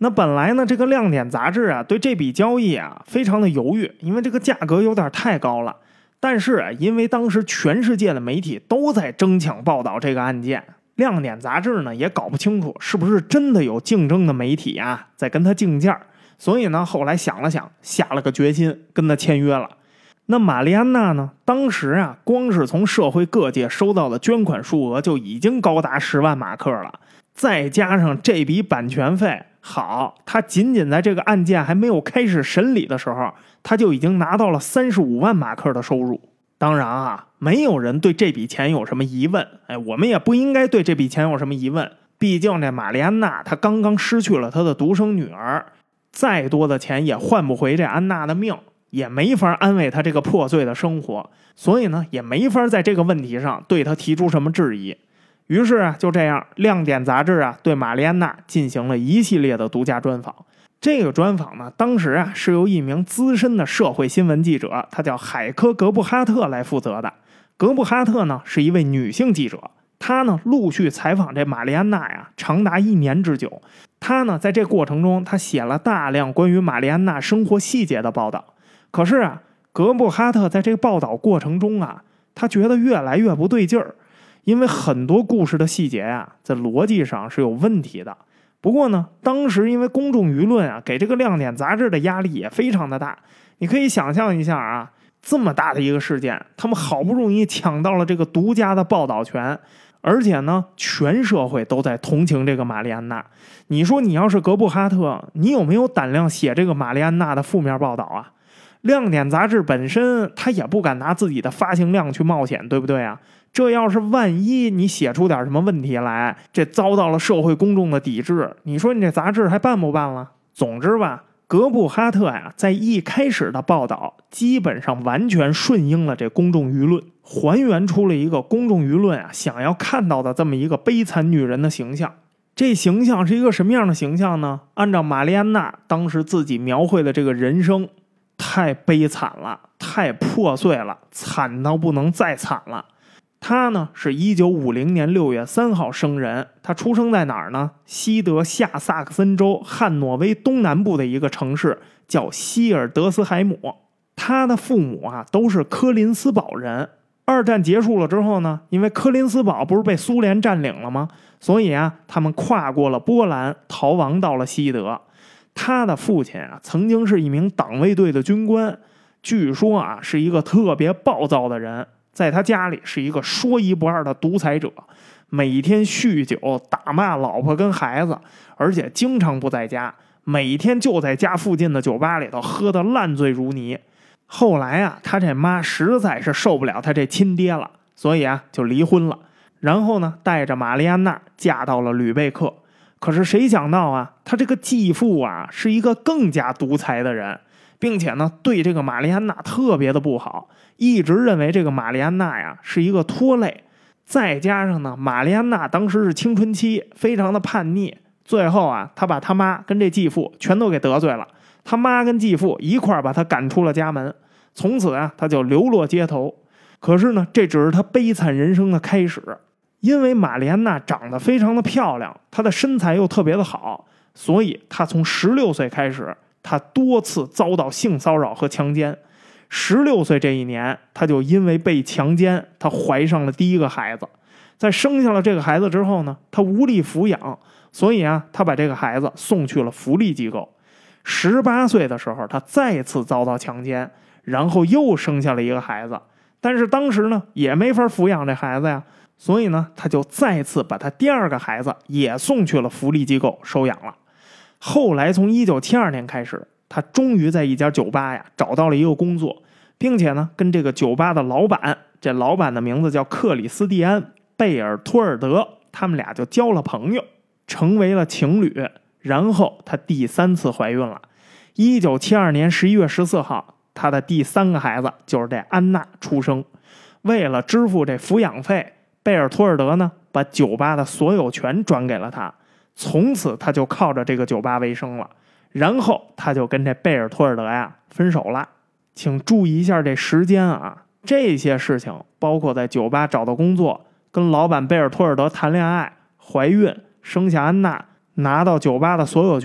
那本来呢，这个亮点杂志啊，对这笔交易啊非常的犹豫，因为这个价格有点太高了。但是啊，因为当时全世界的媒体都在争抢报道这个案件，亮点杂志呢也搞不清楚是不是真的有竞争的媒体啊在跟他竞价，所以呢，后来想了想，下了个决心，跟他签约了。那玛丽安娜呢，当时啊，光是从社会各界收到的捐款数额就已经高达10万马克了，再加上这笔版权费，好，他仅仅在这个案件还没有开始审理的时候，他就已经拿到了35万马克的收入。当然啊，没有人对这笔钱有什么疑问，我们也不应该对这笔钱有什么疑问，毕竟这玛丽安娜她刚刚失去了她的独生女儿，再多的钱也换不回这安娜的命，也没法安慰她这个破碎的生活，所以呢，也没法在这个问题上对她提出什么质疑。于是啊，就这样，亮点杂志啊对玛丽安娜进行了一系列的独家专访。这个专访呢，当时啊是由一名资深的社会新闻记者，他叫海科·格布哈特来负责的。格布哈特呢是一位女性记者，她呢陆续采访这玛丽安娜呀，长达1年之久。她呢在这过程中，她写了大量关于玛丽安娜生活细节的报道。可是啊，格布哈特在这个报道过程中啊，他觉得越来越不对劲儿。因为很多故事的细节啊，在逻辑上是有问题的。不过呢，当时因为公众舆论啊，给这个亮点杂志的压力也非常的大。你可以想象一下啊，这么大的一个事件，他们好不容易抢到了这个独家的报道权，而且呢，全社会都在同情这个玛丽安娜。你说你要是格布哈特，你有没有胆量写这个玛丽安娜的负面报道啊？亮点杂志本身他也不敢拿自己的发行量去冒险，对不对啊？这要是万一你写出点什么问题来，这遭到了社会公众的抵制，你说你这杂志还办不办了？总之吧，格布哈特呀，在一开始的报道基本上完全顺应了这公众舆论，还原出了一个公众舆论啊想要看到的这么一个悲惨女人的形象。这形象是一个什么样的形象呢？按照玛丽安娜当时自己描绘的这个人生，太悲惨了，太破碎了，惨到不能再惨了。他呢是1950年6月3号生人，他出生在哪儿呢？西德下萨克森州汉诺威东南部的一个城市，叫希尔德斯海姆。他的父母啊都是科林斯堡人。二战结束了之后呢，因为科林斯堡不是被苏联占领了吗？所以啊，他们跨过了波兰，逃亡到了西德。他的父亲啊曾经是一名党卫队的军官，据说啊是一个特别暴躁的人。在他家里是一个说一不二的独裁者，每天酗酒打骂老婆跟孩子，而且经常不在家，每天就在家附近的酒吧里头喝得烂醉如泥。后来啊，他这妈实在是受不了他这亲爹了，所以啊就离婚了，然后呢带着玛丽安娜嫁到了吕贝克。可是谁想到啊，他这个继父啊是一个更加独裁的人，并且呢对这个玛丽安娜特别的不好，一直认为这个玛丽安娜呀是一个拖累。再加上呢，玛丽安娜当时是青春期，非常的叛逆，最后啊他把他妈跟这继父全都给得罪了，他妈跟继父一块把他赶出了家门，从此啊他就流落街头。可是呢，这只是他悲惨人生的开始。因为玛丽安娜长得非常的漂亮，她的身材又特别的好，所以她从16岁开始，她多次遭到性骚扰和强奸。16岁这一年，她就因为被强奸，她怀上了第一个孩子。在生下了这个孩子之后呢，她无力抚养，所以啊，她把这个孩子送去了福利机构。18岁的时候，她再次遭到强奸，然后又生下了一个孩子。但是当时呢，也没法抚养这孩子呀。所以呢，他就再次把他第二个孩子也送去了福利机构收养了。后来从1972年开始，他终于在一家酒吧呀找到了一个工作，并且呢跟这个酒吧的老板，这老板的名字叫克里斯蒂安·贝尔托尔德，他们俩就交了朋友，成为了情侣。然后他第3次怀孕了。1972年11月14号，他的第3个孩子就是这安娜出生。为了支付这抚养费，贝尔托尔德呢，把酒吧的所有权转给了他，从此他就靠着这个酒吧为生了。然后他就跟这贝尔托尔德呀分手了。请注意一下这时间啊，这些事情包括在酒吧找到工作，跟老板贝尔托尔德谈恋爱、怀孕、生下安娜、拿到酒吧的所有权，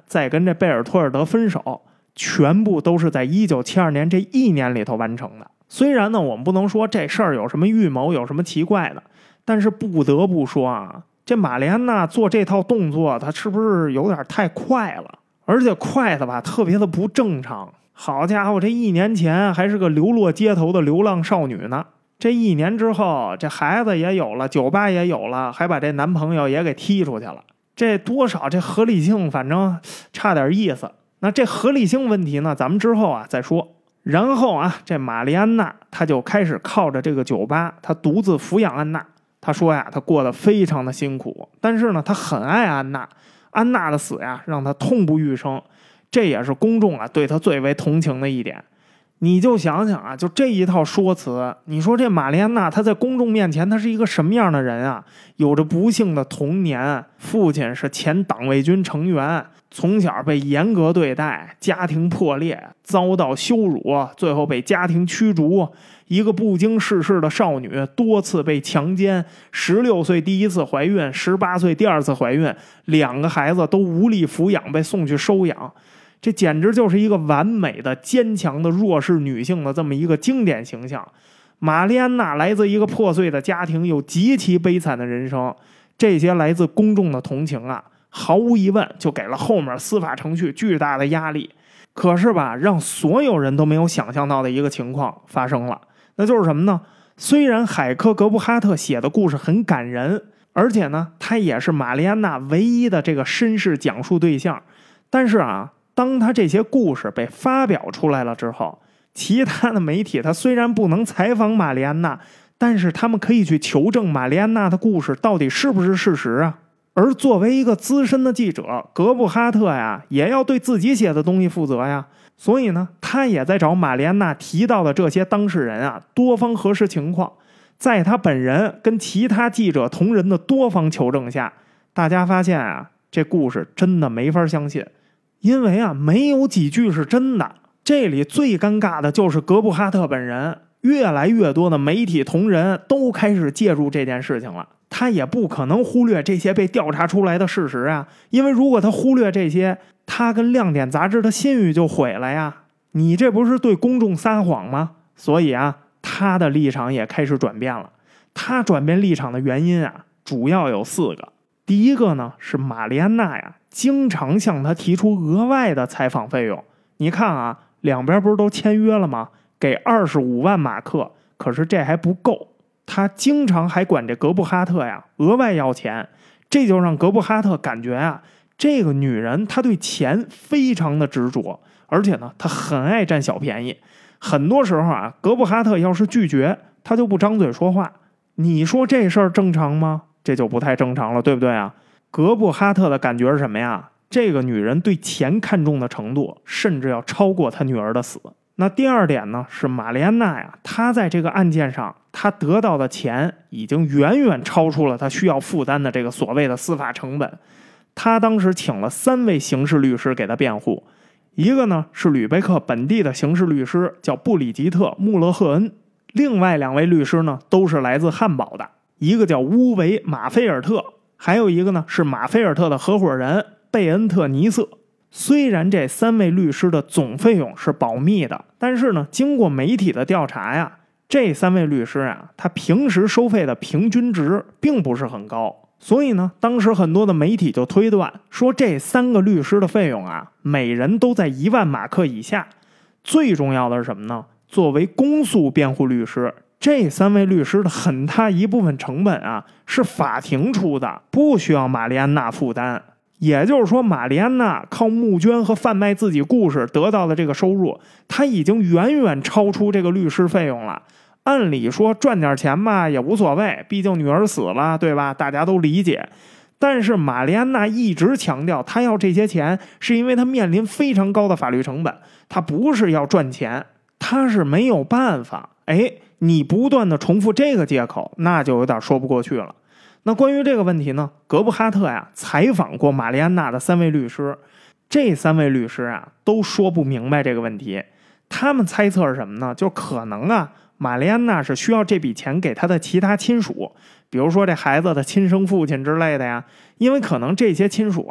再跟这贝尔托尔德分手，全部都是在1972年这一年里头完成的。虽然呢，我们不能说这事儿有什么预谋，有什么奇怪的，但是不得不说啊，这玛丽安娜做这套动作，她是不是有点太快了？而且快的吧，特别的不正常。好家伙，这一年前还是个流落街头的流浪少女呢，这一年之后，这孩子也有了，酒吧也有了，还把这男朋友也给踢出去了。这多少这合理性，反正差点意思。那这合理性问题呢，咱们之后啊再说。然后啊，这玛丽安娜她就开始靠着这个酒吧，她独自抚养安娜。她说呀，她过得非常的辛苦，但是呢，她很爱安娜。安娜的死呀，让她痛不欲生，这也是公众啊对她最为同情的一点。你就想想啊，就这一套说辞，你说这玛丽安娜她在公众面前她是一个什么样的人啊？有着不幸的童年，父亲是前党卫军成员，从小被严格对待，家庭破裂，遭到羞辱，最后被家庭驱逐。一个不经世事的少女，多次被强奸，16岁第一次怀孕，18岁第二次怀孕，2个孩子都无力抚养，被送去收养。这简直就是一个完美的坚强的弱势女性的这么一个经典形象。玛丽安娜来自一个破碎的家庭，有极其悲惨的人生，这些来自公众的同情啊，毫无疑问就给了后面司法程序巨大的压力。可是吧，让所有人都没有想象到的一个情况发生了，那就是什么呢？虽然海科·格布哈特写的故事很感人，而且呢，他也是玛丽安娜唯一的这个身世讲述对象，但是啊，当他这些故事被发表出来了之后，其他的媒体他虽然不能采访玛丽安娜，但是他们可以去求证玛丽安娜的故事到底是不是事实啊。而作为一个资深的记者，格布哈特呀也要对自己写的东西负责呀，所以呢，他也在找玛丽安娜提到的这些当事人啊多方核实情况。在他本人跟其他记者同仁的多方求证下，大家发现啊，这故事真的没法相信，因为啊，没有几句是真的。这里最尴尬的就是格布哈特本人，越来越多的媒体同仁都开始介入这件事情了。他也不可能忽略这些被调查出来的事实啊，因为如果他忽略这些，他跟亮点杂志的信誉就毁了呀。你这不是对公众撒谎吗？所以啊，他的立场也开始转变了。他转变立场的原因啊，主要有4个。第一个呢，是玛丽安娜呀，经常向他提出额外的采访费用。你看啊，两边不是都签约了吗？给25万马克，可是这还不够。他经常还管这格布哈特呀额外要钱，这就让格布哈特感觉啊，这个女人她对钱非常的执着，而且呢，她很爱占小便宜。很多时候啊，格布哈特要是拒绝，他就不张嘴说话。你说这事儿正常吗？这就不太正常了，对不对啊？格布哈特的感觉是什么呀？这个女人对钱看重的程度，甚至要超过她女儿的死。那第二点呢，是玛丽安娜呀，她在这个案件上，她得到的钱已经远远超出了她需要负担的这个所谓的司法成本。她当时请了3位刑事律师给她辩护，一个呢是吕贝克本地的刑事律师，叫布里吉特·穆勒赫恩，另外2位律师呢都是来自汉堡的，一个叫乌维·马菲尔特，还有一个呢是马菲尔特的合伙人贝恩特·尼瑟。虽然这3位律师的总费用是保密的，但是呢，经过媒体的调查呀，这3位律师啊，他平时收费的平均值并不是很高。所以呢，当时很多的媒体就推断说，这3个律师的费用啊，每人都在1万马克以下。最重要的是什么呢？作为公诉辩护律师，这3位律师的很大一部分成本啊，是法庭出的，不需要玛丽安娜负担。也就是说，玛丽安娜靠募捐和贩卖自己故事得到的这个收入，她已经远远超出这个律师费用了。按理说赚点钱吧也无所谓，毕竟女儿死了，对吧？大家都理解。但是玛丽安娜一直强调，她要这些钱是因为她面临非常高的法律成本，她不是要赚钱，她是没有办法。你不断的重复这个借口，那就有点说不过去了。那关于这个问题呢，格布哈特呀采访过玛丽安娜的3位律师，这3位律师啊都说不明白这个问题。他们猜测是什么呢？就可能啊，玛丽安娜是需要这笔钱给她的其他亲属，比如说这孩子的亲生父亲之类的呀，因为可能这些亲属啊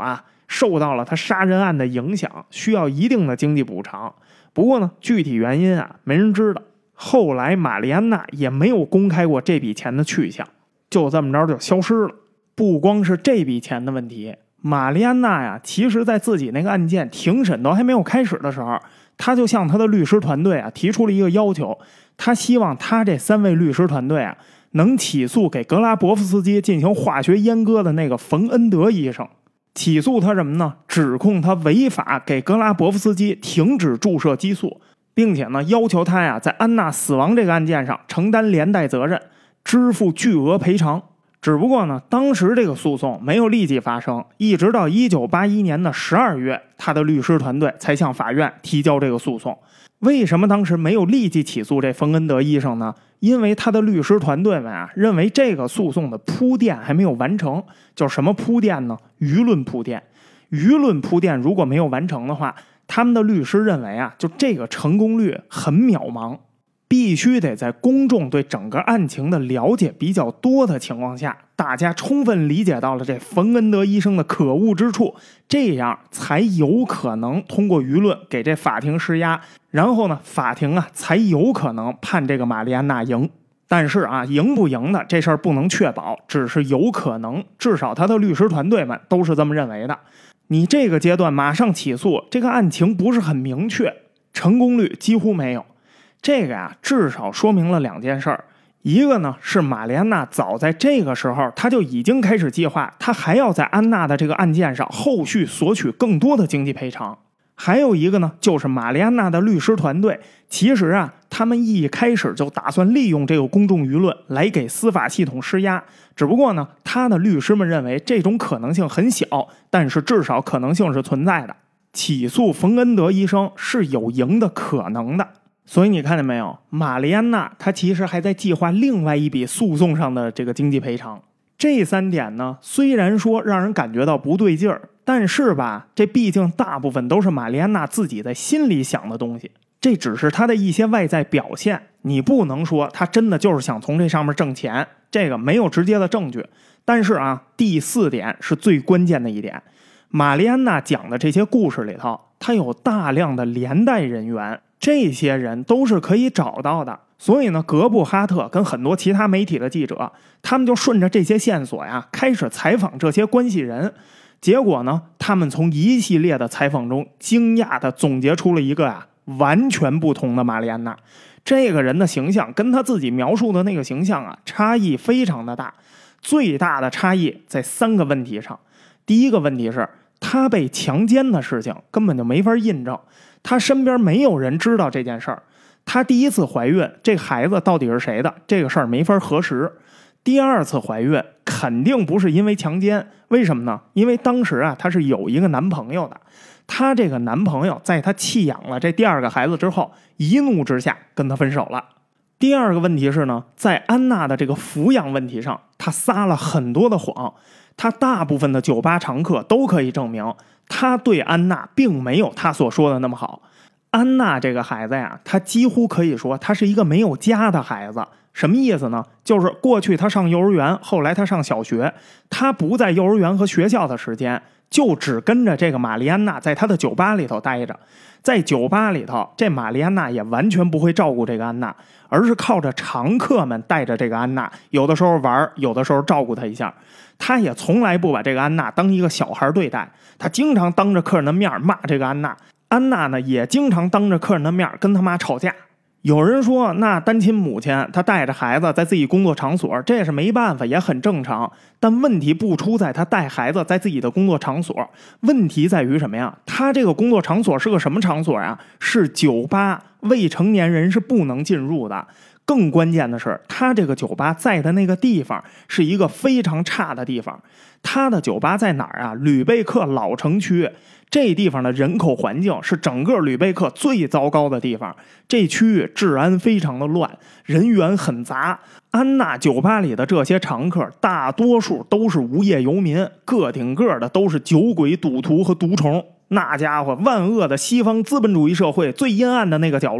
受到了他杀人案的影响，需要一定的经济补偿。不过呢，具体原因啊，没人知道。后来玛丽安娜也没有公开过这笔钱的去向，就这么着就消失了。不光是这笔钱的问题，玛丽安娜呀，其实在自己那个案件庭审都还没有开始的时候，她就向她的律师团队啊提出了一个要求，她希望她这3位律师团队啊能起诉给格拉伯夫斯基进行化学阉割的那个冯恩德医生。起诉他什么呢？指控他违法给格拉伯夫斯基停止注射激素，并且呢要求他呀在安娜死亡这个案件上承担连带责任，支付巨额赔偿。只不过呢，当时这个诉讼没有立即发生，一直到1981年的12月，他的律师团队才向法院提交这个诉讼。为什么当时没有立即起诉这冯恩德医生呢？因为他的律师团队们啊，认为这个诉讼的铺垫还没有完成。就是什么铺垫呢？舆论铺垫。舆论铺垫如果没有完成的话，他们的律师认为啊，就这个成功率很渺茫。必须得在公众对整个案情的了解比较多的情况下，大家充分理解到了这冯恩德医生的可恶之处，这样才有可能通过舆论给这法庭施压，然后呢，法庭啊才有可能判这个玛丽安娜赢。但是啊，赢不赢的这事儿不能确保，只是有可能，至少他的律师团队们都是这么认为的。你这个阶段马上起诉，这个案情不是很明确，成功率几乎没有。这个呀，至少说明了2件事儿。一个呢是玛丽安娜早在这个时候，她就已经开始计划，她还要在安娜的这个案件上后续索取更多的经济赔偿。还有一个呢，就是玛丽安娜的律师团队，其实啊，他们一开始就打算利用这个公众舆论来给司法系统施压。只不过呢，他的律师们认为这种可能性很小，但是至少可能性是存在的。起诉冯恩德医生是有赢的可能的。所以你看见没有，玛丽安娜她其实还在计划另外一笔诉讼上的这个经济赔偿。这3点呢，虽然说让人感觉到不对劲儿，但是吧，这毕竟大部分都是玛丽安娜自己在心里想的东西，这只是她的一些外在表现，你不能说她真的就是想从这上面挣钱，这个没有直接的证据。但是啊，第4点是最关键的一点，玛丽安娜讲的这些故事里头，她有大量的连带人员，这些人都是可以找到的。所以呢，格布哈特跟很多其他媒体的记者，他们就顺着这些线索呀，开始采访这些关系人。结果呢，他们从一系列的采访中惊讶地总结出了一个完全不同的玛丽安娜。这个人的形象跟他自己描述的那个形象啊，差异非常的大。最大的差异在3个问题上。第一个问题是，他被强奸的事情根本就没法印证，他身边没有人知道这件事儿。他第1次怀孕，这孩子到底是谁的，这个事儿没法核实。第2次怀孕肯定不是因为强奸，为什么呢？因为当时啊，她是有一个男朋友的，她这个男朋友在她弃养了这第2个孩子之后，一怒之下跟她分手了。第2个问题是呢，在安娜的这个抚养问题上，她撒了很多的谎。她大部分的酒吧常客都可以证明，她对安娜并没有她所说的那么好。安娜这个孩子呀，她几乎可以说她是一个没有家的孩子。什么意思呢？就是过去她上幼儿园，后来她上小学，她不在幼儿园和学校的时间，就只跟着这个玛丽安娜在她的酒吧里头待着。在酒吧里头，这玛丽安娜也完全不会照顾这个安娜，而是靠着常客们带着这个安娜，有的时候玩，有的时候照顾她一下。她也从来不把这个安娜当一个小孩对待，她经常当着客人的面骂这个安娜。安娜呢，也经常当着客人的面跟他妈吵架。有人说，那单亲母亲她带着孩子在自己工作场所，这也是没办法，也很正常。但问题不出在她带孩子在自己的工作场所，问题在于什么呀？她这个工作场所是个什么场所呀？是酒吧，未成年人是不能进入的。更关键的是，他这个酒吧在的那个地方是一个非常差的地方。他的酒吧在哪儿啊？吕贝克老城区。这地方的人口环境是整个吕贝克最糟糕的地方，这区域治安非常的乱，人员很杂。安娜酒吧里的这些常客大多数都是无业游民，个顶个的都是酒鬼、赌徒和毒虫。那家伙万恶的西方资本主义社会最阴暗的那个角落。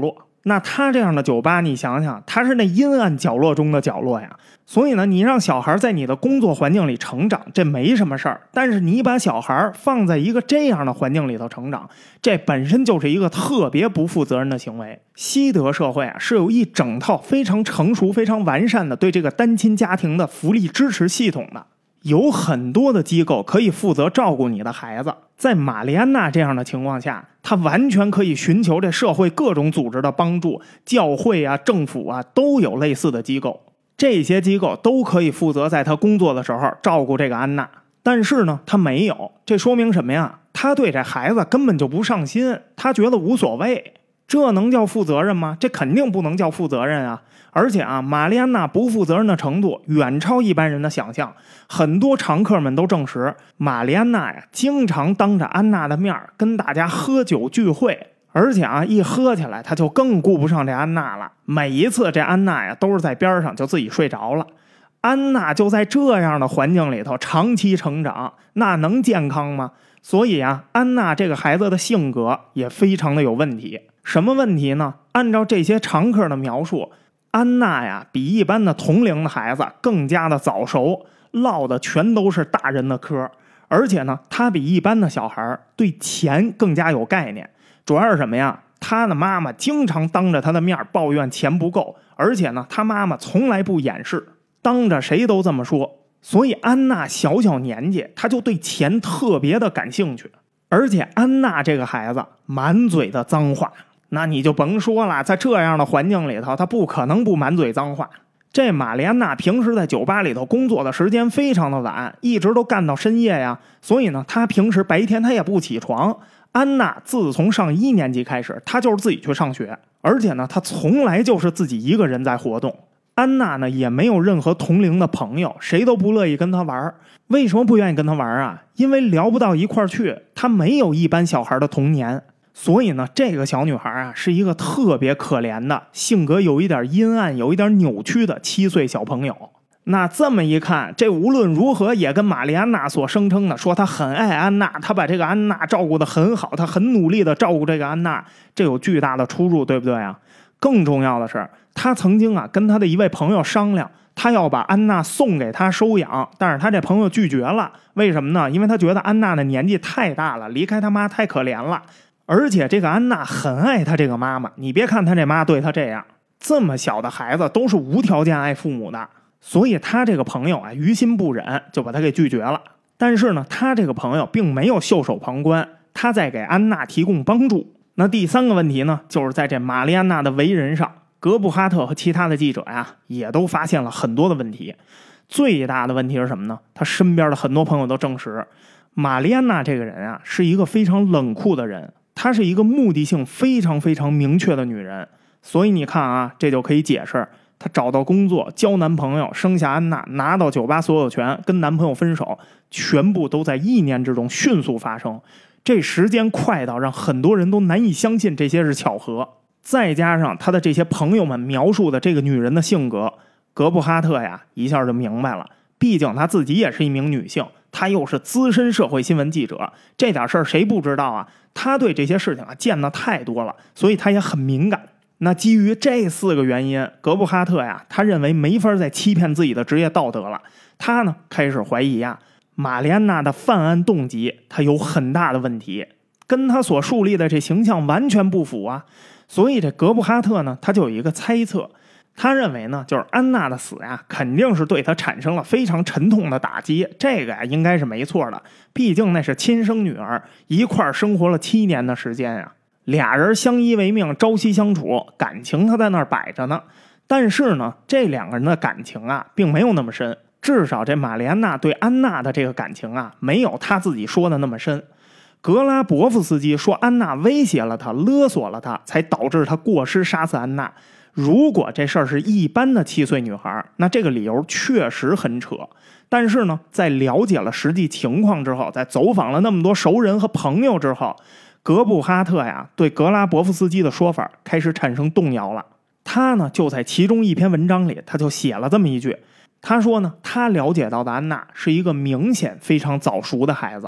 那他这样的酒吧，你想想，他是那阴暗角落中的角落呀。所以呢，你让小孩在你的工作环境里成长，这没什么事儿。但是你把小孩放在一个这样的环境里头成长，这本身就是一个特别不负责任的行为。西德社会啊，是有一整套非常成熟、非常完善的对这个单亲家庭的福利支持系统的。有很多的机构可以负责照顾你的孩子，在玛丽安娜这样的情况下，她完全可以寻求这社会各种组织的帮助，教会啊、政府啊都有类似的机构，这些机构都可以负责在她工作的时候照顾这个安娜。但是呢，她没有，这说明什么呀？她对这孩子根本就不上心，她觉得无所谓，这能叫负责任吗？这肯定不能叫负责任啊！而且啊，玛丽安娜不负责任的程度远超一般人的想象。很多常客们都证实，玛丽安娜呀，经常当着安娜的面跟大家喝酒聚会，而且啊，一喝起来，她就更顾不上这安娜了。每一次这安娜呀，都是在边上就自己睡着了。安娜就在这样的环境里头长期成长，那能健康吗？所以啊，安娜这个孩子的性格也非常的有问题。什么问题呢？按照这些常客的描述，安娜呀，比一般的同龄的孩子更加的早熟，唠的全都是大人的嗑。而且呢，她比一般的小孩对钱更加有概念。主要是什么呀？她的妈妈经常当着她的面抱怨钱不够，而且呢，她妈妈从来不掩饰，当着谁都这么说。所以安娜小年纪，她就对钱特别的感兴趣。而且安娜这个孩子满嘴的脏话，那你就甭说了，在这样的环境里头，她不可能不满嘴脏话。这玛丽安娜平时在酒吧里头工作的时间非常的晚，一直都干到深夜呀。所以呢，她平时白天她也不起床。安娜自从上1年级开始，她就是自己去上学，而且呢，她从来就是自己一个人在活动。安娜呢，也没有任何同龄的朋友，谁都不乐意跟她玩。为什么不愿意跟她玩啊？因为聊不到一块儿去，她没有一般小孩的童年。所以呢，这个小女孩啊，是一个特别可怜的，性格有一点阴暗、有一点扭曲的7岁小朋友。那这么一看，这无论如何也跟玛丽安娜所声称的说她很爱安娜，她把这个安娜照顾得很好，她很努力的照顾这个安娜，这有巨大的出入，对不对啊？更重要的是，她曾经啊跟她的一位朋友商量，她要把安娜送给她收养，但是她这朋友拒绝了。为什么呢？因为他觉得安娜的年纪太大了，离开她妈太可怜了。而且这个安娜很爱她这个妈妈，你别看她这妈对她这样，这么小的孩子都是无条件爱父母的。所以他这个朋友啊，于心不忍，就把他给拒绝了。但是呢，他这个朋友并没有袖手旁观，他在给安娜提供帮助。那第3个问题呢，就是在这玛丽安娜的为人上，格布哈特和其他的记者呀，也都发现了很多的问题。最大的问题是什么呢？他身边的很多朋友都证实，玛丽安娜这个人啊，是一个非常冷酷的人，她是一个目的性非常非常明确的女人。所以你看啊，这就可以解释她找到工作、交男朋友、生下安娜、拿到酒吧所有权、跟男朋友分手，全部都在1年之中迅速发生。这时间快到让很多人都难以相信这些是巧合。再加上她的这些朋友们描述的这个女人的性格，格布哈特呀一下就明白了。毕竟她自己也是一名女性，她又是资深社会新闻记者，这点事儿谁不知道啊？她对这些事情啊见得太多了，所以她也很敏感。那基于这4个原因，格布哈特呀，他认为没法再欺骗自己的职业道德了。他呢开始怀疑呀，玛丽安娜的犯案动机，他有很大的问题，跟他所树立的这形象完全不符啊。所以这格布哈特呢，他就有一个猜测，他认为呢，就是安娜的死呀，肯定是对他产生了非常沉痛的打击。这个呀，应该是没错的，毕竟那是亲生女儿，一块生活了7年的时间呀。俩人相依为命，朝夕相处，感情他在那儿摆着呢。但是呢，这2个人的感情啊，并没有那么深。至少这玛丽安娜对安娜的这个感情啊，没有他自己说的那么深。格拉伯夫斯基说安娜威胁了他，勒索了他，才导致他过失杀死安娜。如果这事儿是一般的7岁女孩，那这个理由确实很扯。但是呢，在了解了实际情况之后，在走访了那么多熟人和朋友之后，格布哈特呀，对格拉伯夫斯基的说法开始产生动摇了。他呢，就在其中一篇文章里，他就写了这么一句，他说呢，他了解到的安娜是一个明显非常早熟的孩子。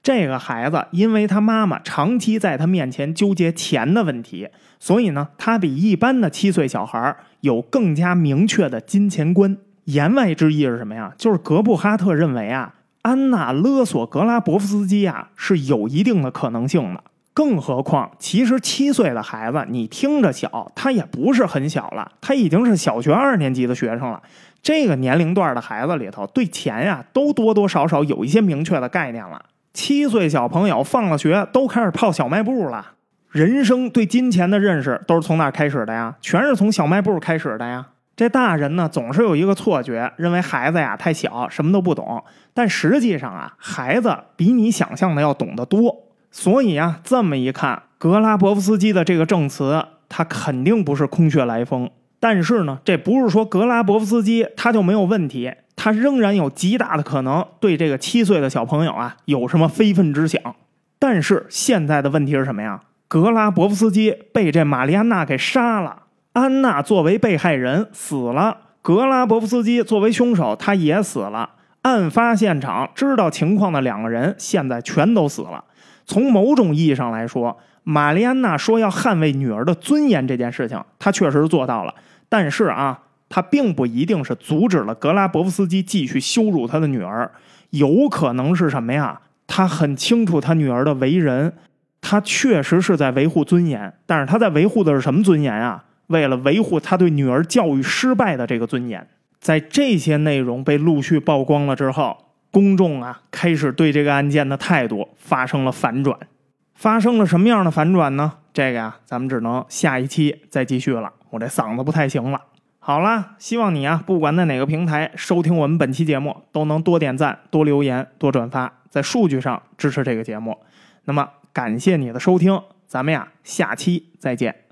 这个孩子因为他妈妈长期在他面前纠结钱的问题，所以呢，他比一般的7岁小孩有更加明确的金钱观。言外之意是什么呀？就是格布哈特认为啊，安娜勒索格拉伯夫斯基啊是有一定的可能性的。更何况，其实7岁的孩子，你听着小，他也不是很小了，他已经是小学2年级的学生了。这个年龄段的孩子里头，对钱呀，都多多少少有一些明确的概念了。7岁小朋友放了学都开始泡小卖部了，人生对金钱的认识都是从哪开始的呀？全是从小卖部开始的呀。这大人呢，总是有一个错觉，认为孩子呀太小，什么都不懂。但实际上啊，孩子比你想象的要懂得多。所以啊，这么一看，格拉伯夫斯基的这个证词，他肯定不是空穴来风。但是呢，这不是说格拉伯夫斯基他就没有问题，他仍然有极大的可能对这个7岁的小朋友啊有什么非分之想。但是现在的问题是什么呀？格拉伯夫斯基被这玛丽安娜给杀了，安娜作为被害人死了，格拉伯夫斯基作为凶手他也死了。案发现场知道情况的2个人现在全都死了。从某种意义上来说，玛丽安娜说要捍卫女儿的尊严这件事情，她确实做到了。但是啊，她并不一定是阻止了格拉伯夫斯基继续羞辱她的女儿，有可能是什么呀？她很清楚她女儿的为人，她确实是在维护尊严，但是她在维护的是什么尊严啊？为了维护她对女儿教育失败的这个尊严。在这些内容被陆续曝光了之后，公众啊开始对这个案件的态度发生了反转。发生了什么样的反转呢？这个呀，咱们只能下一期再继续了，我这嗓子不太行了。好啦，希望你啊，不管在哪个平台收听我们本期节目，都能多点赞、多留言、多转发，在数据上支持这个节目。那么感谢你的收听，咱们呀下期再见。